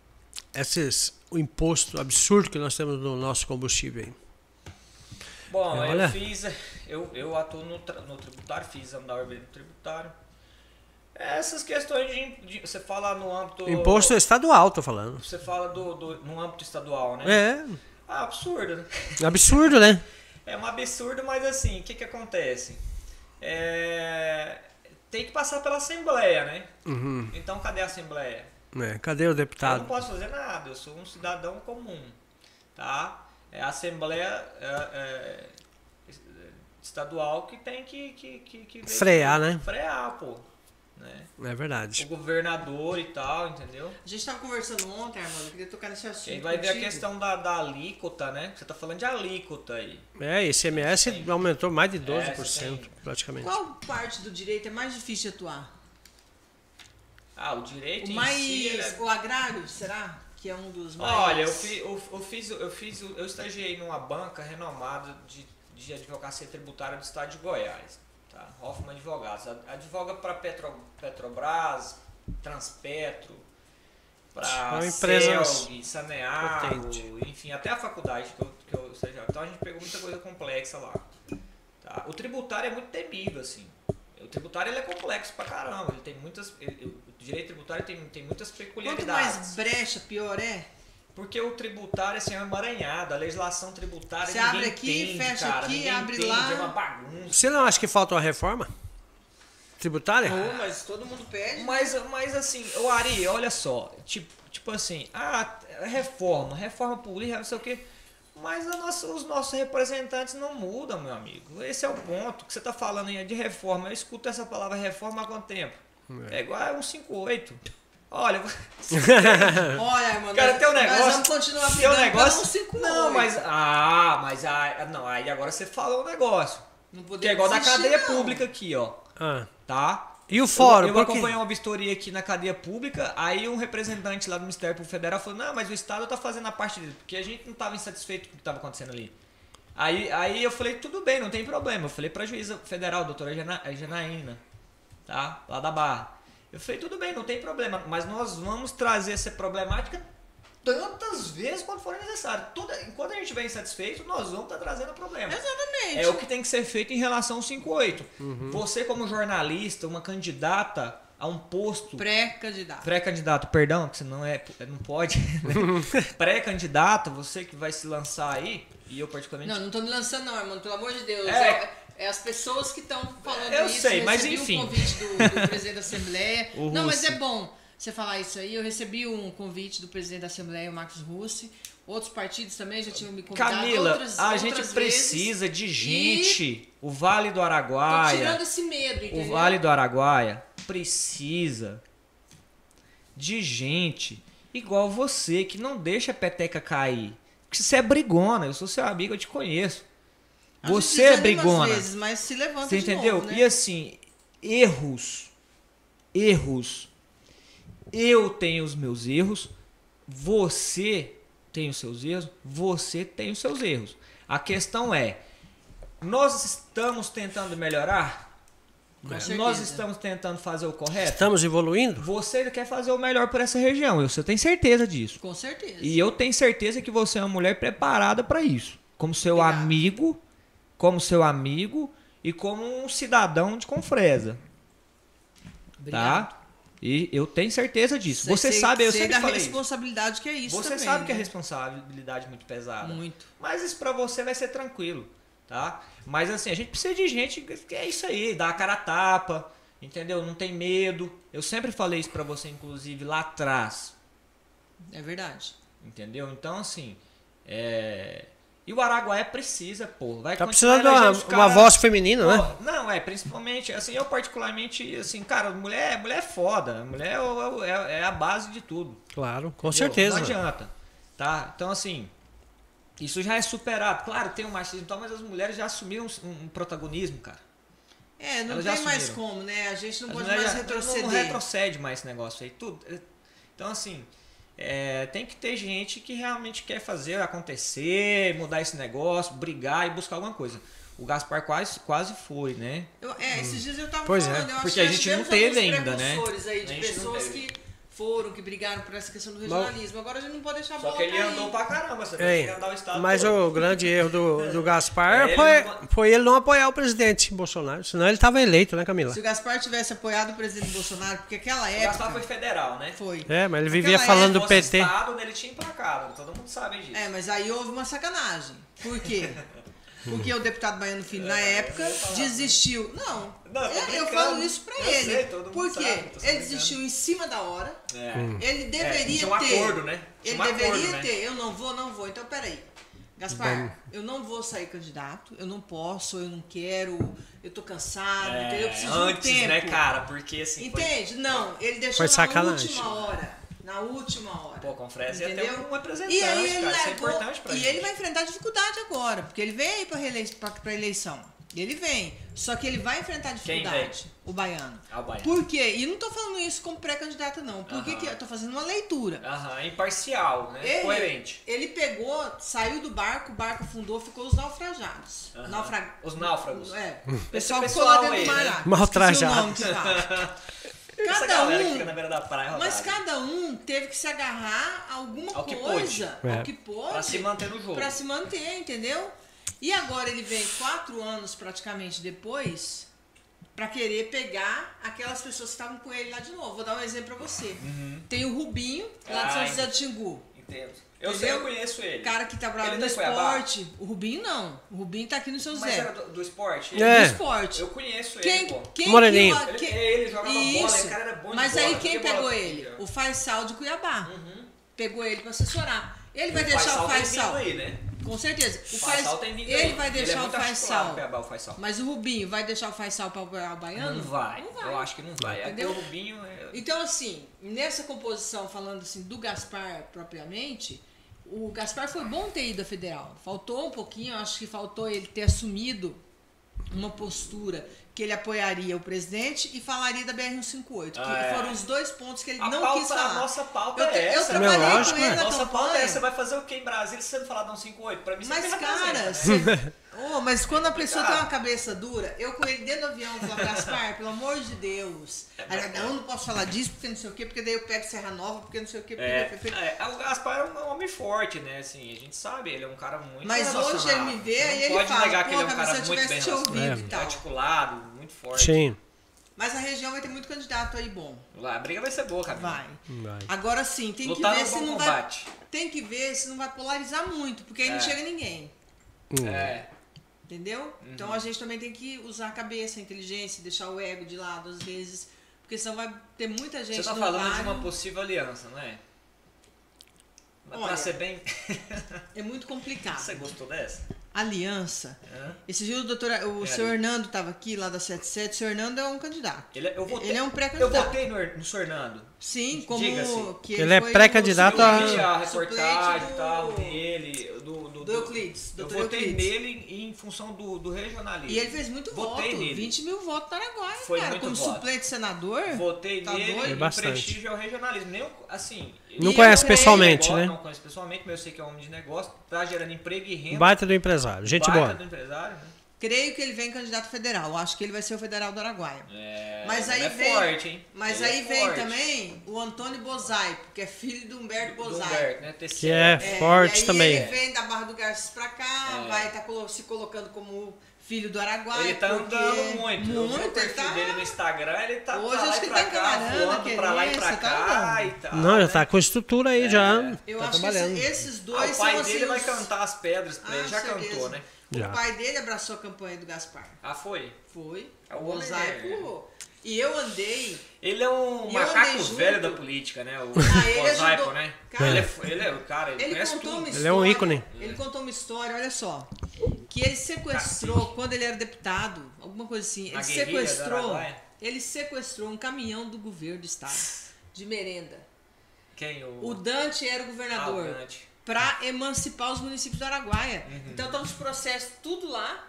esses, o imposto absurdo que nós temos no nosso combustível aí? Bom, Olha. eu fiz, eu, eu atuo no, tra- no tributário, fiz exame da ordem no tributário. Essas questões de, de- você fala no âmbito... Imposto estadual, tô falando. Você fala do, do, no âmbito estadual, né? É, Ah, absurdo, né? absurdo, né? É um absurdo, mas assim, o que que acontece? É, tem que passar pela Assembleia, né? Uhum. Então, cadê a Assembleia? É, cadê o Eu não deputado? posso fazer nada, eu sou um cidadão comum, tá? É, a Assembleia é, é, estadual que tem que, que, que, que ver Frear, que, né? Frear, pô. Né? É verdade. O governador e tal, entendeu? A gente tava conversando ontem, Armando, eu queria tocar nesse assunto. Aí vai ver a contigo. questão da, da alíquota, né? Você tá falando de alíquota aí. É, I C M S Sim. aumentou mais de É, doze por cento, sim. praticamente. Qual parte do direito é mais difícil de atuar? Ah, o direito O em mais. si... ele é- O agrário, será? Que é um dos mais. Olha, eu, fi, eu, eu fiz, eu fiz, eu estagiei numa banca renomada de, de advocacia tributária do estado de Goiás, tá? Hoffman Advogados. Advoga para Petro, Petrobras, Transpetro, para São empresas Celg, Saneago, potentes. enfim, até a faculdade que eu, que eu estagiava. Então a gente pegou muita coisa complexa lá. Tá? O tributário é muito temível, assim. O tributário ele é complexo pra caramba. Ele tem muitas, ele- o direito tributário tem, tem muitas Quanto peculiaridades. mais brecha, pior é. Porque o tributário assim, é um emaranhado, a legislação tributária Você ninguém abre aqui, entende, fecha cara, aqui, ninguém abre entende, lá. é uma bagunça. Você não acha que falta uma reforma tributária? Pô, mas todo mundo pede. Mas, mas assim, o Ari, olha só, tipo, tipo assim, ah, reforma, reforma política, não sei o quê. Mas a nossa, os nossos representantes não mudam, meu amigo. Esse é o ponto que você está falando aí de reforma. Eu escuto essa palavra reforma há quanto tempo? É, igual a um cinquenta e oito. Olha, Olha, Armando, cara, nós, tem um negócio. nós vamos continuar tem um brigando negócio. pelo cento e cinquenta e oito. Não, mas. Ah, mas. Ah, não, aí agora você falou um negócio. Não Que podemos é igual da desistir, cadeia não. pública aqui, ó. Ah. Tá? E o fórum? Eu, eu por quê? acompanhei uma vistoria aqui na cadeia pública, aí um representante lá do Ministério Público Federal falou, não, mas o Estado tá fazendo a parte dele, porque a gente não estava insatisfeito com o que estava acontecendo ali. Aí, aí eu falei, tudo bem, não tem problema. Eu falei pra juíza federal, a doutora Jana- Janaína, tá? Lá da Barra. Eu falei, tudo bem, não tem problema, mas nós vamos trazer essa problemática tantas vezes quanto for necessário. Toda, enquanto a gente estiver insatisfeito, nós vamos estar trazendo problema. Exatamente. É o que tem que ser feito em relação ao cinquenta e oito. Você, como jornalista, uma candidata a um posto. Pré-candidato. Pré-candidato, perdão, que você não é. Não pode. Né? Pré-candidato, você que vai se lançar aí, e eu particularmente. Não, não tô me lançando não, Armando, pelo amor de Deus. É. É, é as pessoas que estão falando Eu isso. sei, mas recebi enfim. o convite do, do presidente da Assembleia. O Não, mas Russi. é bom você falar isso aí. Eu recebi um convite do presidente da Assembleia, o Marcos Russi. Outros partidos também já tinham me convidado. Camila, outras, a outras gente vezes. precisa de gente. O Vale do Tô Araguaia. tirando esse medo, entendeu? O Vale do Araguaia precisa de gente igual você, que não deixa a peteca cair. Porque você é brigona, eu sou seu amigo, eu te conheço. Às vezes Você é desanima às brigona. vezes, mas se levanta Você de entendeu? novo, né? E assim, erros. Erros. Eu tenho os meus erros. Você tem os seus erros. Você tem os seus erros. A questão é, nós estamos tentando melhorar? Com Nós certeza. estamos tentando fazer o correto? Estamos evoluindo? Você quer fazer o melhor por essa região. Eu, eu tenho certeza disso. Com certeza. E eu tenho certeza que você é uma mulher preparada para isso. Como seu Obrigada. amigo, como seu amigo e como um cidadão de Confresa, Obrigado. tá? E eu tenho certeza disso. Sei- Você sei- sabe, eu sei sempre da falei isso. responsabilidade que é isso Você também, sabe que é né? responsabilidade muito pesada. Muito. Mas isso pra você vai ser tranquilo, tá? Mas assim, a gente precisa de gente que é isso aí, dá a cara a tapa, entendeu? Não tem medo. Eu sempre falei isso pra você, inclusive, lá atrás. É verdade. Entendeu? Então, assim, é... E o Araguaia precisa, pô. Vai Tá continuar precisando de uma, elegendo os uma caras- voz feminina, né? Pô, não, é, principalmente, assim, eu particularmente, assim, cara, mulher, mulher é foda. Mulher é, o- é- é a base de tudo. Claro, com entendeu? certeza. Não adianta, tá? Então, assim, isso já é superado. Claro, tem o machismo e tal, mas as mulheres já assumiram um, um protagonismo, cara. É, não Elas tem já mais assumiram. como, né? A gente não As pode mulheres mais já- retroceder. Não, não retrocede mais esse negócio aí, tudo. Então, assim, é, tem que ter gente que realmente quer fazer acontecer, mudar esse negócio, brigar e buscar alguma coisa. O Gaspar quase, quase foi, né? Eu- é, esses dias eu tava Pois é. falando, eu acho Porque que a nós gente não tivemos teve alguns ainda, né? precursores aí A de gente não pessoas teve. que foram, que brigaram por essa questão do regionalismo. Agora a gente não pode deixar a Só bola que ele cair. andou pra caramba, você Ei, tem que andar o estado mas todo. o grande erro do, do Gaspar É, ele foi, não- foi ele não apoiar o presidente Bolsonaro, senão ele estava eleito, né, Camila? Se o Gaspar tivesse apoiado o presidente Bolsonaro, porque aquela O época... Gaspar foi federal, né? Foi. É, mas ele Naquela vivia época, falando do Se P fosse T. estado, ele tinha emplacado, todo mundo sabe disso. É, mas aí houve uma sacanagem. Por quê? Porque o deputado Baiano Filho, na É, época, eu ia falar. desistiu. Não, Não, tô eu- eu brincando. falo isso pra Eu ele. sei, todo mundo Por quê? sabe, tô só Ele brincando. desistiu em cima da hora. É. Ele É, deveria tinha um ter. acordo, né? Tinha Ele um acordo, deveria né? ter. Eu não vou, não vou. Então, peraí. Gaspar, eu não vou sair candidato, eu não posso, eu não quero, eu tô cansado, É, entendeu? Eu preciso antes, de um tempo. né, cara? Porque assim. foi- Entende? Não, ele deixou Foi na sacanagem. última hora. Na última hora. Pô, com o Freze ia ter Entendeu? um representante, E aí ele cara. Isso é levou- importante pra E gente. ele vai enfrentar dificuldade agora, porque ele vem aí pra, reelei pra, pra eleição. Ele vem. Só que ele vai enfrentar Quem dificuldade. O baiano. Ah, o Baiano. Por quê? E não tô falando isso como pré-candidato, não. Por que Aham. que eu tô fazendo uma leitura? Aham, imparcial, né? Ele, Coerente. ele pegou, saiu do barco, o barco afundou, ficou os naufrajados. Aham. Naufra... Os náufragos. É. Esse O pessoal ficou pessoal lá dentro aí, do mar. né? lá. Maltrajados. Esqueci o nome que fala. Essa Cada galera que um- fica na beira da praia Mas rodada. cada um teve que se agarrar a alguma Ao que coisa, pôde. ao É. que pôde, Pra se manter no jogo. pra se manter, entendeu? E agora ele vem quatro anos praticamente depois pra querer pegar aquelas pessoas que estavam com ele lá de novo. Vou dar um exemplo pra você. Tem o Rubinho, lá de São Ai. José do Xingu. Entendo. Eu Entendeu? sei, eu conheço ele. Cara que trabalha Ele no tá em Cuiabá? esporte. O Rubinho não. O Rubinho tá aqui no São Mas José. era do, do esporte? É. No esporte. Eu conheço Quem, ele, pô. quem Moreninho. que- Ele, quem- ele jogava bola, Isso. o cara era bom de Mas bola. aí quem joguei bola pegou com ele? já. O Faisal de Cuiabá. Uhum. Pegou ele pra assessorar. Ele vai O deixar o Faisal tem Faisal. vindo aí, né? Com certeza. O O Faisal Fais- tem vindo ele aí. vai Ele é deixar muito o articulado, Faisal. o Cuiabá, o Faisal. Mas o Rubinho vai deixar o Faisal para o Baiano? Não vai. Não vai. Eu acho que não vai. É Entendeu? porque o Rubinho... É... Então, assim, nessa composição, falando assim do Gaspar propriamente, o Gaspar foi bom ter ido à Federal. Faltou um pouquinho, eu acho que faltou ele ter assumido uma postura que ele apoiaria o presidente e falaria da B R cento e cinquenta e oito, que Ah, é. foram os dois pontos que ele A não pauta, quis falar. a nossa pauta eu, é eu essa. trabalhei Meu, com lógico, ele é. na Nossa campanha. pauta é, você vai fazer o que em Brasília se você não falar de um cinquenta e oito? Pra mim, você Mas, me cara, representa, né? cê- Ô, mas quando a pessoa complicado. tem uma cabeça dura, eu com ele dentro do avião, falava, Gaspar, pelo amor de Deus. Aí, ele, não, não posso falar disso, porque não sei o quê, porque daí eu pego Serra Nova, porque não sei o quê, porque... É, porque- é, o Gaspar é um homem forte, né? Assim, a gente sabe, ele é um cara muito Mas hoje ele relacionado. me vê, Você aí não ele pode fala, negar que pô, ele é um cara, cara se eu muito bem tivesse te ouvido relacionado, e tal. articulado, muito forte. Sim. Mas a região vai ter muito candidato aí bom. A briga vai ser boa, cara. Vai. Vai. Agora sim, tem Lutar que ver no se bom não combate. vai... Tem que ver se não vai polarizar muito, porque aí não É. chega ninguém. Hum. É. Entendeu? Uhum. Então a gente também tem que usar a cabeça, a inteligência, deixar o ego de lado às vezes, porque senão vai ter muita gente Você tá no falando de horário. uma possível aliança, não é? Mas Olha, pra ser bem... É muito complicado. Você gostou dessa? Aliança. Hã? Esse dia o doutor, o É, senhor ali. Hernando estava aqui, lá da setenta e sete. O senhor Hernando é um candidato. Ele, é- eu votei, Ele é um Eu pré-candidato. votei no, no Sr. Hernando. Sim, como Diga-se. que Ele é foi pré-candidato o a- suplente- Eu vi a suplente reportagem e do- tal dele, do, do, do Euclides, Eu doutor votei Euclides. nele em função do, do regionalismo. E ele fez muito Votei voto, nele. vinte mil votos no Araguaia, Foi cara. muito Como voto. suplente senador. Votei Tá nele doido? em Bastante. prestígio ao regionalismo. Nem, eu- assim, Não E conhece eu pessoalmente, negócio, né? Não conheço pessoalmente, mas eu sei que é um homem de negócio, tá gerando emprego e renda. Baita do empresário. Gente baita boa. do empresário, né? Creio que ele vem candidato federal. Eu acho que ele vai ser o federal do Araguaia. É, Mas ele aí é vem, forte, hein? mas Ele aí é vem forte. também o Antônio Bozai, que é filho do Humberto Do Bozai. Humberto, né? T C. Que é É, forte e aí também. Ele vem da Barra do Garças pra cá, É. vai estar se colocando como filho do Araguaia. Ele tá porque- andando muito. Eu vi o Muito, ele perfil tá. dele no Instagram, ele tá Hoje pra lá acho e que pra ele tá cá, encamarando, voando pra lá e pra querência, tá cá andando. e tal. Não, já né? tá com estrutura aí já. Eu tá acho trabalhando. que esses, esses Ah, dois o pai são dele assim, vai os- cantar as pedras pra Ah, ele. Já certeza. cantou, né? Já. O pai dele abraçou a campanha do Gaspar. Ah, foi? Foi. É o o homem, Mosaico. E eu andei. Ele é um E eu andei macaco junto. velho da política, né? O Ah, ele mosaico, ajudou. né? Cara, ele, é, ele é o cara, ele, Ele conhece contou uma tudo. história. Ele é um ícone. Ele contou uma história, olha só. Que ele sequestrou, quando ele era deputado, alguma coisa assim. Na Ele guerrilha do sequestrou. Araguaia? Ele sequestrou um caminhão do governo do estado. De merenda. Quem? O, O Dante era o Ah, o governador. Dante. Pra emancipar os municípios do Araguaia. Uhum. Então estavam os processos tudo lá.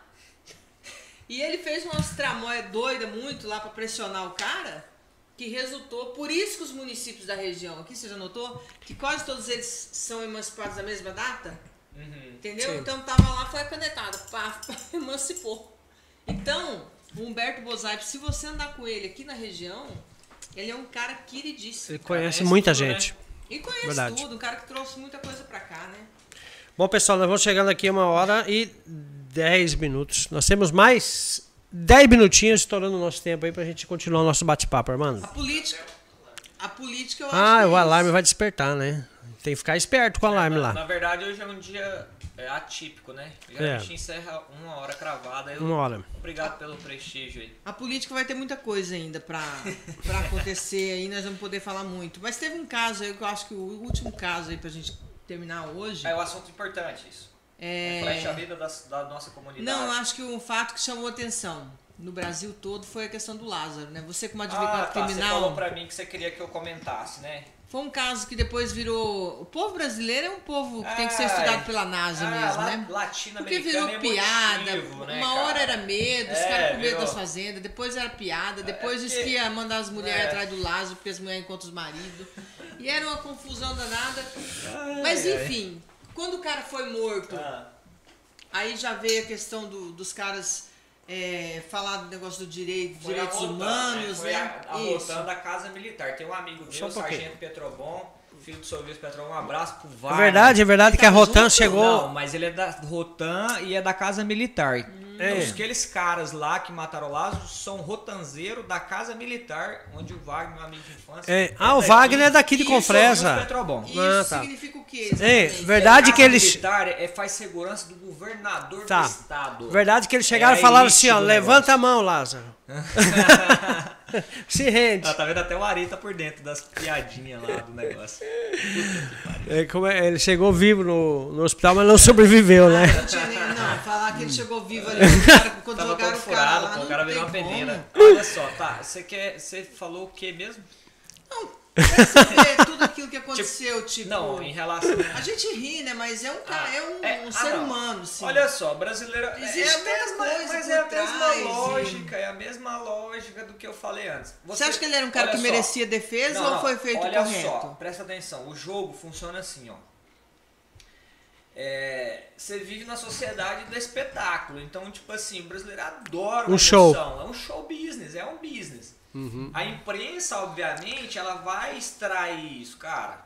E ele fez umas tramóias doidas muito lá pra pressionar o cara, que resultou, por isso que os municípios da região aqui, você já notou, que quase todos eles são emancipados na mesma data? Uhum. Entendeu? Sim. Então tava lá, foi a canetada, pá, emancipou. Então, o Humberto Bozai, se você andar com ele aqui na região, ele é um cara queridíssimo. Ele conhece Conhece muita tudo, né? gente. E conhece Verdade. tudo, um cara que trouxe muita coisa pra cá, né? Bom, pessoal, nós vamos chegando aqui a uma hora e dez minutos. Nós temos mais dez minutinhos estourando o nosso tempo aí pra gente continuar o nosso bate-papo, Armando. A política, a política eu acho Ah, que é o alarme isso. vai despertar, né? Tem que ficar esperto com o alarme na, lá. Na verdade, hoje é um dia é, atípico, né? Já a gente encerra uma hora cravada. Eu, Uma hora. Obrigado pelo prestígio aí. A política vai ter muita coisa ainda pra, pra acontecer aí, nós vamos poder falar muito. Mas teve um caso aí que eu acho que o último caso aí pra gente terminar hoje. É um assunto importante isso. É... Reflete a vida da, da nossa comunidade. Não, eu acho que um fato que chamou atenção no Brasil todo foi a questão do Lázaro, né? Você como advogado ah, tá, criminal... Você falou pra mim que você queria que eu comentasse, né? Foi um caso que depois virou... O povo brasileiro é um povo que tem que ser Ah, estudado pela NASA ah, mesmo, la- né? Porque latino-americano virou é piada, emotivo, né, uma cara? hora era medo, os É, caras com medo virou- das fazendas, depois era piada, depois É disse porque- que ia mandar as mulheres é. atrás do Lázaro porque as mulheres encontram os maridos. E era uma confusão danada. Ai, Mas ai. enfim, quando o cara foi morto, Ah, aí já veio a questão do- dos caras é, falar do negócio do direito, foi direitos a Rotan, humanos, Foi né? a, a Isso. Rotan da Casa Militar. Tem um amigo Só meu, um o pouquinho. Sargento Petrobon, filho do Silvio Petrobon, um abraço pro É Wagner. verdade, é verdade que a Tá Rotan junto? chegou... Não, mas ele é da Rotan e é da Casa Militar. É. Então, aqueles caras lá que mataram o Lázaro são rotanzeiros da Casa Militar, onde o Wagner, meu amigo de infância... É. Ah, o Wagner é daqui de E Confresa. Silvio Petrobon. Isso Ah, tá. significa o quê? É, exatamente? verdade que Casa eles... Militar é, faz segurança do governador Tá. do estado. Verdade que eles chegaram É e falaram a assim, elite ó, do levanta negócio. a mão, Lázaro. Se rende. Ah, tá vendo? Até o Ari tá por dentro das piadinhas lá do negócio. É, como é, ele chegou vivo no, no hospital, mas não sobreviveu, né? Não tinha nem, não, falar que ele chegou vivo ali, o cara, quando Tava jogaram todo o cara furado, lá, pô, não o cara virou uma tem peneira. como. Olha só, tá, você quer, você falou o que mesmo? Quer saber tudo aquilo que aconteceu, tipo... Não, em relação... A gente ri, né? Mas é um, cara, Ah, é um, é- um ah, ser não. humano, sim. Olha só, brasileiro é Existe a tanta mesma, coisa mas por é a mesma trás, e- lógica, é a mesma lógica do que eu falei antes. Você acha que ele era um cara olha que só. merecia defesa Não, ou não, foi feito olha correto? só, presta atenção, o jogo funciona assim, ó. É, você vive na sociedade do espetáculo, então, tipo assim, o brasileiro adora Um uma show. emoção, é um show business, é um business. Uhum. A imprensa, obviamente, ela vai extrair isso, cara.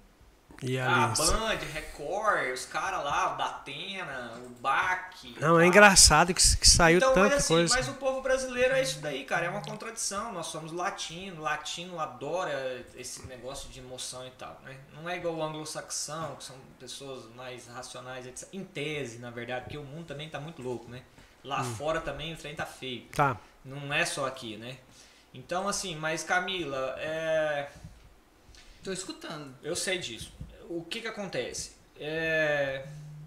E A ali... Band, Record, os caras lá, o Datena, o B A C. Não, é tá? engraçado que, que saiu Então, tanta mas, assim, coisa. mas o povo brasileiro é isso daí, cara. É uma contradição. Nós somos latino, latino adora esse negócio de emoção e tal, né? Não é igual o anglo-saxão, que são pessoas mais racionais, etcétera. Em tese, na verdade, porque o mundo também tá muito louco, né? Lá Hum. fora também o trem tá feio. Tá. Não é só aqui, né? Então, assim, mas Camila, é... Tô escutando. eu sei disso. O que que acontece? É...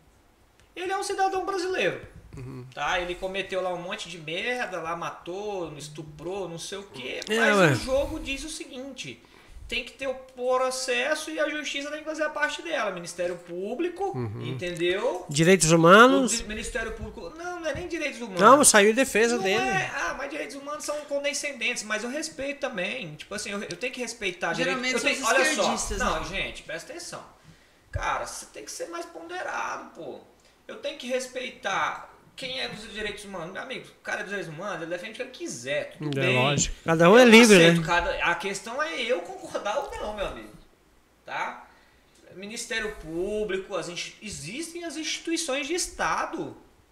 Ele é um cidadão brasileiro, tá? Ele cometeu lá um monte de merda, lá matou, estuprou, não sei o quê. É, Mas ué. o jogo diz o seguinte: tem que ter o processo e a justiça tem que fazer a parte dela. Ministério Público, entendeu? Direitos O humanos... di- Ministério Público... Não, não é nem direitos humanos. Não, saiu em defesa Não dele. é- ah, mas direitos humanos são condescendentes, mas eu respeito também. Tipo assim, eu, eu tenho que respeitar Geralmente direito. Eu são tenho, os olha só, esquerdistas, não, né? gente, presta atenção. Cara, você tem que ser mais ponderado, pô. Eu tenho que respeitar quem é dos direitos humanos. Meu amigo, o cara é dos direitos humanos, ele defende o que ele quiser, tudo É bem. lógico. Cada um é Eu livre, aceito né? cada- a questão é eu concordar ou não, meu amigo. Tá? Ministério Público, as insti- existem as instituições de Estado.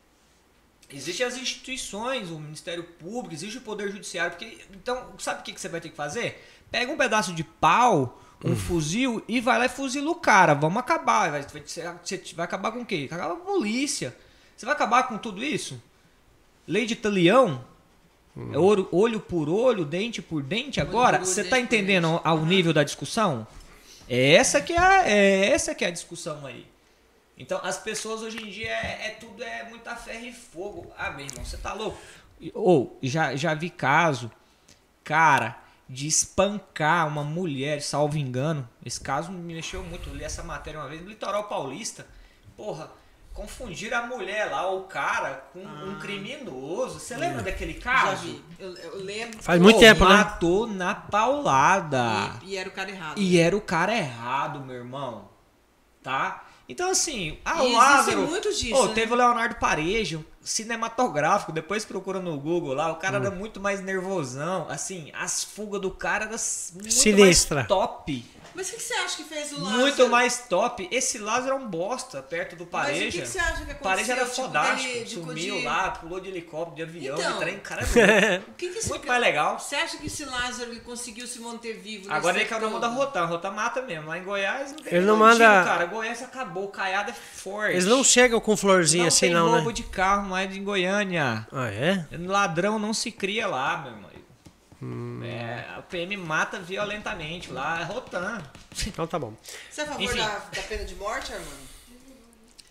Existem as instituições, o Ministério Público, existe o Poder Judiciário. Porque, então, sabe o que que você vai ter que fazer? Pega um pedaço de pau, um Hum. fuzil e vai lá e fuzila o cara. Vamos acabar. Vai, vai- você vai acabar com o quê? Vai acabar com a polícia. Você vai acabar com tudo isso? Lei de talião? Hum. É olho, olho por olho, dente por dente agora? por olho, Você dente tá por entendendo dente. ao nível da discussão? É essa que é, a- é essa que é a discussão aí. Então as pessoas hoje em dia é, é tudo é muita ferro e fogo. Ah, meu irmão, você tá louco? Ou já, já vi caso, cara, de espancar uma mulher, salvo engano. Esse caso me mexeu muito. Eu li essa matéria uma vez no Litoral Paulista. Porra, confundiram a mulher lá, o cara, com um criminoso. Você lembra daquele Já caso? vi. Eu, eu lembro. Faz muito Pô, tempo, né? matou na paulada. E, e era o cara errado. E era o cara errado, meu irmão. Tá? Então, assim, ah, E o existe Lázaro. muito disso, Ô, né? teve o Leonardo Parejo, cinematográfico. Depois procura no Google lá. O cara era muito mais nervosão. Assim, as fugas do cara eram muito Sinistra. mais top. Mas o que, que você acha que fez o Lázaro? Muito mais top. Esse Lázaro é um bosta perto do Mas o Pareja. que, que você acha que aconteceu? Pareja era tipo, fodástico. dele- de- Sumiu de- lá, pulou de helicóptero, de avião, Então. de trem. O cara é muito, O que que esse muito ca- mais legal. Você acha que esse Lázaro ele conseguiu se manter vivo? Agora nesse ele que é o nome todo? da Rotan. A Rotan mata mesmo. Lá em Goiás não tem Ele não bandido, manda- cara. Goiás acabou. O caiado é forte. Eles não chegam com florzinha Não assim, tem não, roubo né? de carro mais em Goiânia. Ah, é? Ladrão não se cria lá, meu irmão. Hum. É, a P M mata violentamente lá. É Rotan. Então tá bom. Você é a favor Enfim. da, da pena de morte, Armando?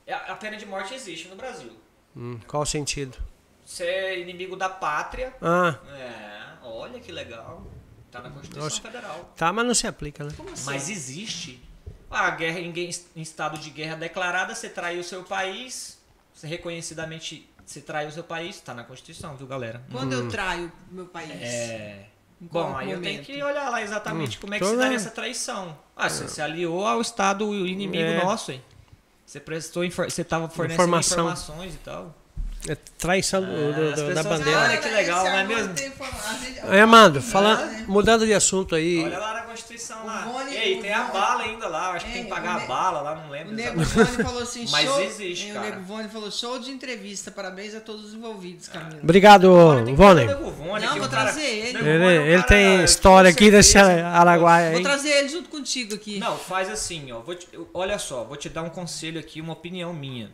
A pena de morte existe no Brasil. Hum, qual o sentido? Você é inimigo da pátria. Ah, É, olha que legal. Tá na Constituição Nossa. Federal. tá, mas não se aplica, né? Como assim? Mas existe. A guerra em, em estado de guerra declarada, você traiu o seu país, você reconhecidamente você traiu o seu país, tá na Constituição, viu, galera? Quando eu traio meu país? É. Em qual Bom, aí eu tenho momento? que olhar lá exatamente Hum, como é que tô se daria vendo. essa traição. Ah, você se aliou ao Estado inimigo É. nosso, hein? Você prestou, infor- você tava fornecendo Informação. informações e tal. É traição do- Ah, do- as do- da pessoas bandeira. olha que legal, esse não é Armando mesmo? tem informa- a gente- Aí, Amado, fala, né? mudando de assunto aí. Olha lá na Constituição lá. O Rony- e aí, o tem a Rony- bala ainda lá, acho que É, tem que o pagar a Ne- bala lá, não O lembro Nego exatamente. Vone falou assim, Mas show... existe, e cara. O Nego Vone falou, show de entrevista, parabéns a todos os envolvidos, Camila. Obrigado, Olha, tem que Vone. trazer o Nego Vone Não, aqui, vou um cara- trazer ele. Nego Ele, Vone é um ele cara, tem com história aqui desse certeza. Araguaia, Vou hein? trazer ele junto contigo aqui. Não, faz assim, ó. Vou te- eu- olha só, vou te dar um conselho aqui, uma opinião minha.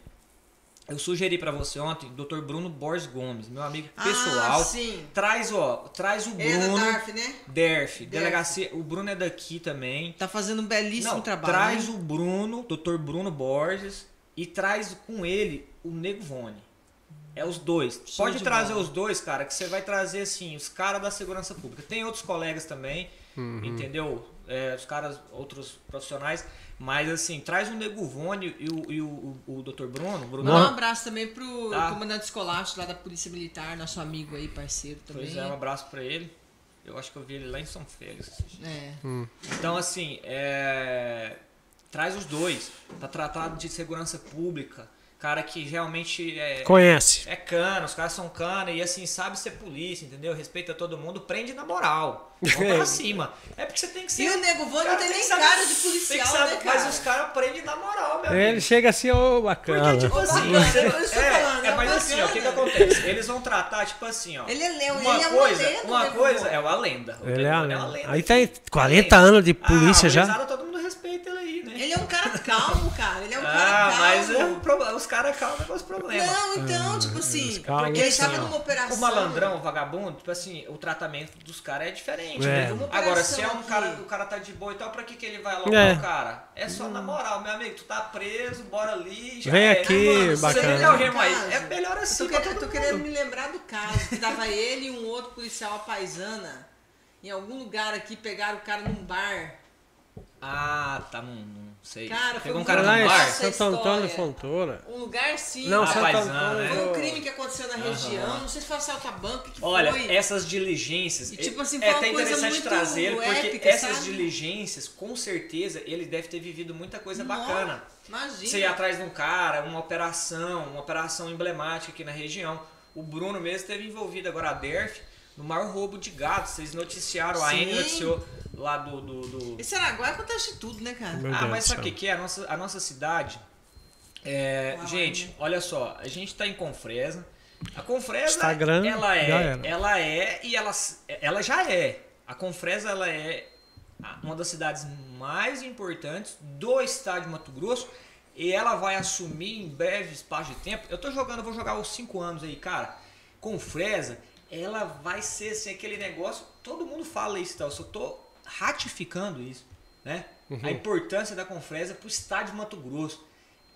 Eu sugeri pra você ontem, doutor Bruno Borges Gomes, meu amigo pessoal. Ah, sim. Traz, ó, traz o Ele é da Bruno. D A R F, né? D E R F, delegacia. O Bruno é daqui também. Tá fazendo um belíssimo Não, trabalho. traz né? o Bruno, doutor Bruno Borges, e traz com ele o Nego Vone. É os dois. Show Pode de trazer bola. os dois, cara, que você vai trazer, assim, os caras da segurança pública. Tem outros colegas também, Uhum. entendeu? É, os caras, outros profissionais. Mas, assim, traz o Nego Vone e o, e o, o, o doutor Bruno. Bruno Mandar um abraço também pro Tá. comandante Escolacho lá da Polícia Militar, nosso amigo aí, parceiro também. Pois é, um abraço pra ele. Eu acho que eu vi ele lá em São Félix. É. Então, assim, é... traz os dois pra tratar de segurança pública. Cara que realmente é, Conhece. é cana, os caras são cana e assim, sabe ser polícia, entendeu? Respeita todo mundo, prende na moral. Vamos pra cima. É porque você tem que ser. E o Nego Vone cara, não tem que nem saber- cara de tem que policial, saber, né, cara? Mas os caras prendem na moral, meu Ele amigo. chega assim, ô, bacana. Porque, tipo assim, bacana, você- é por isso que eu tô é, falando, é, é mas assim, ó, o que que bacana. acontece? Eles vão tratar, tipo assim, ó. Ele é leão, uma ele é uma coisa, lenda, uma o Nego coisa Vone. é uma lenda. O Ele Nego é a Vone lenda. lenda Aí aqui. tem É quarenta lenda. anos de polícia ah, já. gurizada, todo mundo respeita ele aí, né? Ele é um cara calmo, cara. Ele é um cara Ah, calmo. mas é um problema, os caras calmam com os problemas. Não, então, tipo assim, calma, porque ele assim, tava ó. numa operação. O malandrão, o vagabundo, tipo assim, o tratamento dos caras é diferente. É. né? Uma Agora, se é operação um cara, aqui. o cara tá de boa e tal, pra que, que ele vai alocar É. o cara? É só na moral, meu amigo, tu tá preso, bora ali, já Vem é. aqui, Ai, mano, bacana. Você entendeu, Remo, aí? Caso. É melhor Eu assim tô, pra querendo, todo tô querendo mundo. me lembrar do caso, que tava ele e um outro policial, a paisana, em algum lugar aqui, pegaram o cara num bar. Ah, tá, não, não sei. Cara, foi Pegou um um cara Lá no em bar. essa Santo Antônio história. Fontoura. Um lugar sim. Não, Ah, Santo paisana, Antônio. né? Foi um crime que aconteceu na região, não sei se foi assalto a banco, o que, que Olha, foi. essas diligências. E, tipo assim, é foi uma até coisa interessante muito trazer ele, porque épica, essas sabe? diligências, com certeza, ele deve ter vivido muita coisa Nossa, bacana. Imagina. Você ir atrás de um cara, uma operação, uma operação emblemática aqui na região. O Bruno mesmo esteve envolvido agora, a D E R F, no maior roubo de gado. Vocês noticiaram, a Sim. N noticiou lá do... do, do... Esse Araguaia acontece de tudo, né, cara? Meu Ah, Deus mas do sabe o céu. que que é? A nossa, a nossa cidade... É, Uau, gente, né? olha só, a gente tá em Confresa. A Confresa, Instagram, ela já é, era. ela é e ela, ela já é. A Confresa, ela é uma das cidades mais importantes do estado de Mato Grosso e ela vai assumir em breve espaço de tempo. Eu tô jogando, eu vou jogar os cinco anos aí, cara. Confresa, ela vai ser assim, aquele negócio, todo mundo fala isso, tá? Eu só tô ratificando isso, né? A importância da Confresa pro estado de Mato Grosso.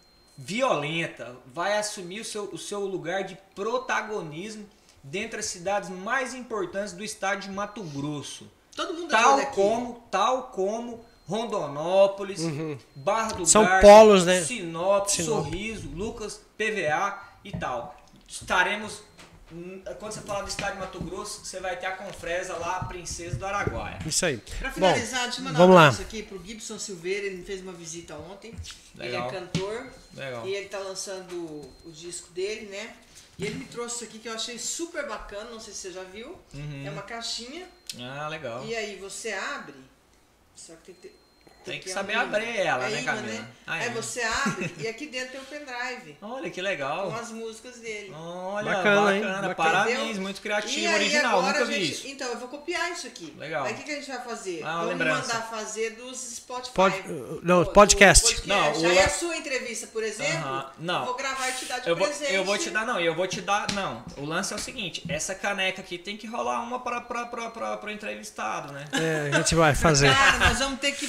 Violenta, vai assumir o seu, o seu lugar de protagonismo dentre as cidades mais importantes do estado de Mato Grosso. Todo mundo Tal é daqui. como, tal como Rondonópolis, Barra do São Garça, polos, né? Sinop, Sinop. Sorriso, Lucas, P V A e tal. Estaremos, hum, quando você falar do estado de Mato Grosso, você vai ter a Confresa lá, a Princesa do Araguaia. Isso aí. Pra Bom, finalizar, deixa eu mandar vamos um lá. abraço aqui pro Gibson Silveira, ele me fez uma visita ontem. Legal. Ele é cantor Legal. e ele tá lançando o disco dele, né? E ele me trouxe isso aqui que eu achei super bacana, não sei se você já viu. Uhum. É uma caixinha Ah, legal. e aí você abre, só que tem que ter... Tem que é saber um abrir ela, é né, imã, Camila? Ah, Aí é. você abre e aqui dentro tem o pendrive Olha que legal. com as músicas dele. Olha, Bacana, bacana, hein? Bacana. parabéns, Entendeu? muito E criativo, aí original, agora nunca a vi gente- isso. Então, eu vou copiar isso aqui. Legal. Aí o que, que a gente vai fazer? Ah, uma Vamos lembrança. mandar fazer dos Spotify. Pod- não, Do- podcast. do Não, o Aí la- a sua entrevista, por exemplo, Aham, não. eu vou gravar e te dar de Eu vou, presente. eu vou te dar, não, eu vou te dar, não. O lance é o seguinte, essa caneca aqui tem que rolar uma para para para para o entrevistado, né? É, a gente vai fazer. Cara, nós vamos ter que ter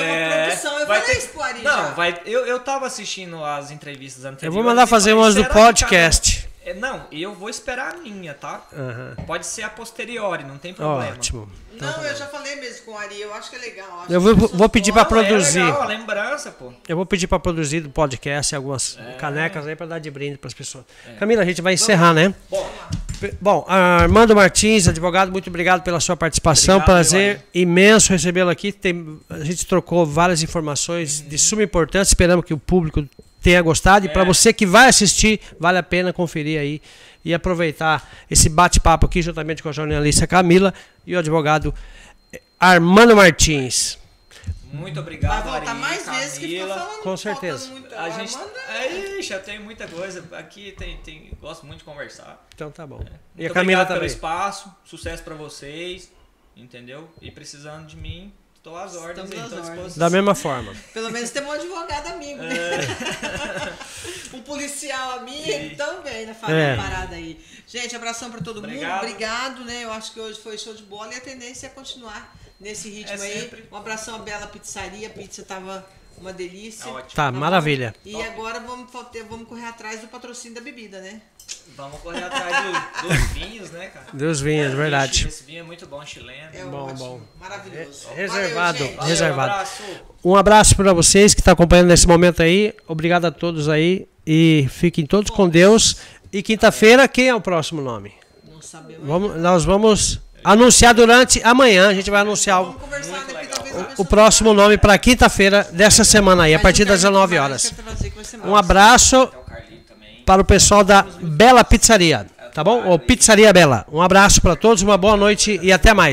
É, produção. Eu vai falei ter- isso pro Ari Não, já. vai, eu, eu tava assistindo as entrevistas anteriores. Eu vou mandar e fazer falei, umas do será que tá- podcast. É, não, eu vou esperar a minha, tá? Aham. Pode ser a posteriori, não tem problema. Ótimo. Não, eu já falei mesmo com o Ari, eu acho que é legal. acho Eu que vou, as pessoas vou pedir pra Não, é produzir. legal, a lembrança, pô. Eu vou pedir pra produzir do podcast algumas É. canecas aí pra dar de brinde pras pessoas. Camila, a gente vai encerrar, né? Bom, Bom, Armando Martins, advogado, muito obrigado pela sua participação. Obrigado, Prazer Eduardo. imenso recebê-lo aqui. Tem, a gente trocou várias informações de suma importância. Esperamos que o público tenha gostado. E É. para você que vai assistir, vale a pena conferir aí e aproveitar esse bate-papo aqui juntamente com a jornalista Camila e o advogado Armando Martins. muito obrigado, Vai voltar Ari, mais vezes que fica Camila. falando. Com certeza. faltando Muito. A gente. Armando, Aí, já tem muita coisa. Aqui tem, tem. Gosto muito de conversar. Então tá bom. Muito E a Camila obrigado pelo também. espaço. Sucesso pra vocês. Entendeu? E precisando de mim, tô às ordens Estamos aí, às tô à ordens. disposição. Da mesma forma. Pelo menos tem um advogado amigo, né? um policial amigo E- também na família É. parada aí. Gente, abração pra todo Obrigado. mundo. Obrigado, né? Eu acho que hoje foi show de bola e a tendência é continuar nesse ritmo É aí. sempre. Um abração à Bela Pizzaria. A pizza tava uma delícia. Tá ótimo. Tá, bom? maravilha. E Top. agora vamos, ter- vamos correr atrás do patrocínio da bebida, né? Vamos correr atrás do- dos vinhos, né, cara? Deus vinha, de verdade. Esse vinho é muito bom, chileno. É Bom, ótimo. bom. Maravilhoso. Re- reservado. Valeu, gente. Valeu, reservado. abraço. Um abraço para vocês que estão acompanhando nesse momento aí. Obrigado a todos aí. E fiquem todos com Deus. E quinta-feira, quem é o próximo nome? Não sabemos. Vamos, nós vamos anunciar durante amanhã. A gente vai anunciar Vamos o, conversar, Muito né? Porque legal. talvez a o pessoa- próximo nome para quinta-feira dessa semana aí, a Mas partir o das Carlinhos dezenove Guimarães horas. quer trazer que vai ser Um massa. abraço É o Carlinho também. para o pessoal da Bela Pizzaria, tá bom? Ou Pizzaria Bela. Um abraço para todos, uma boa noite e até mais.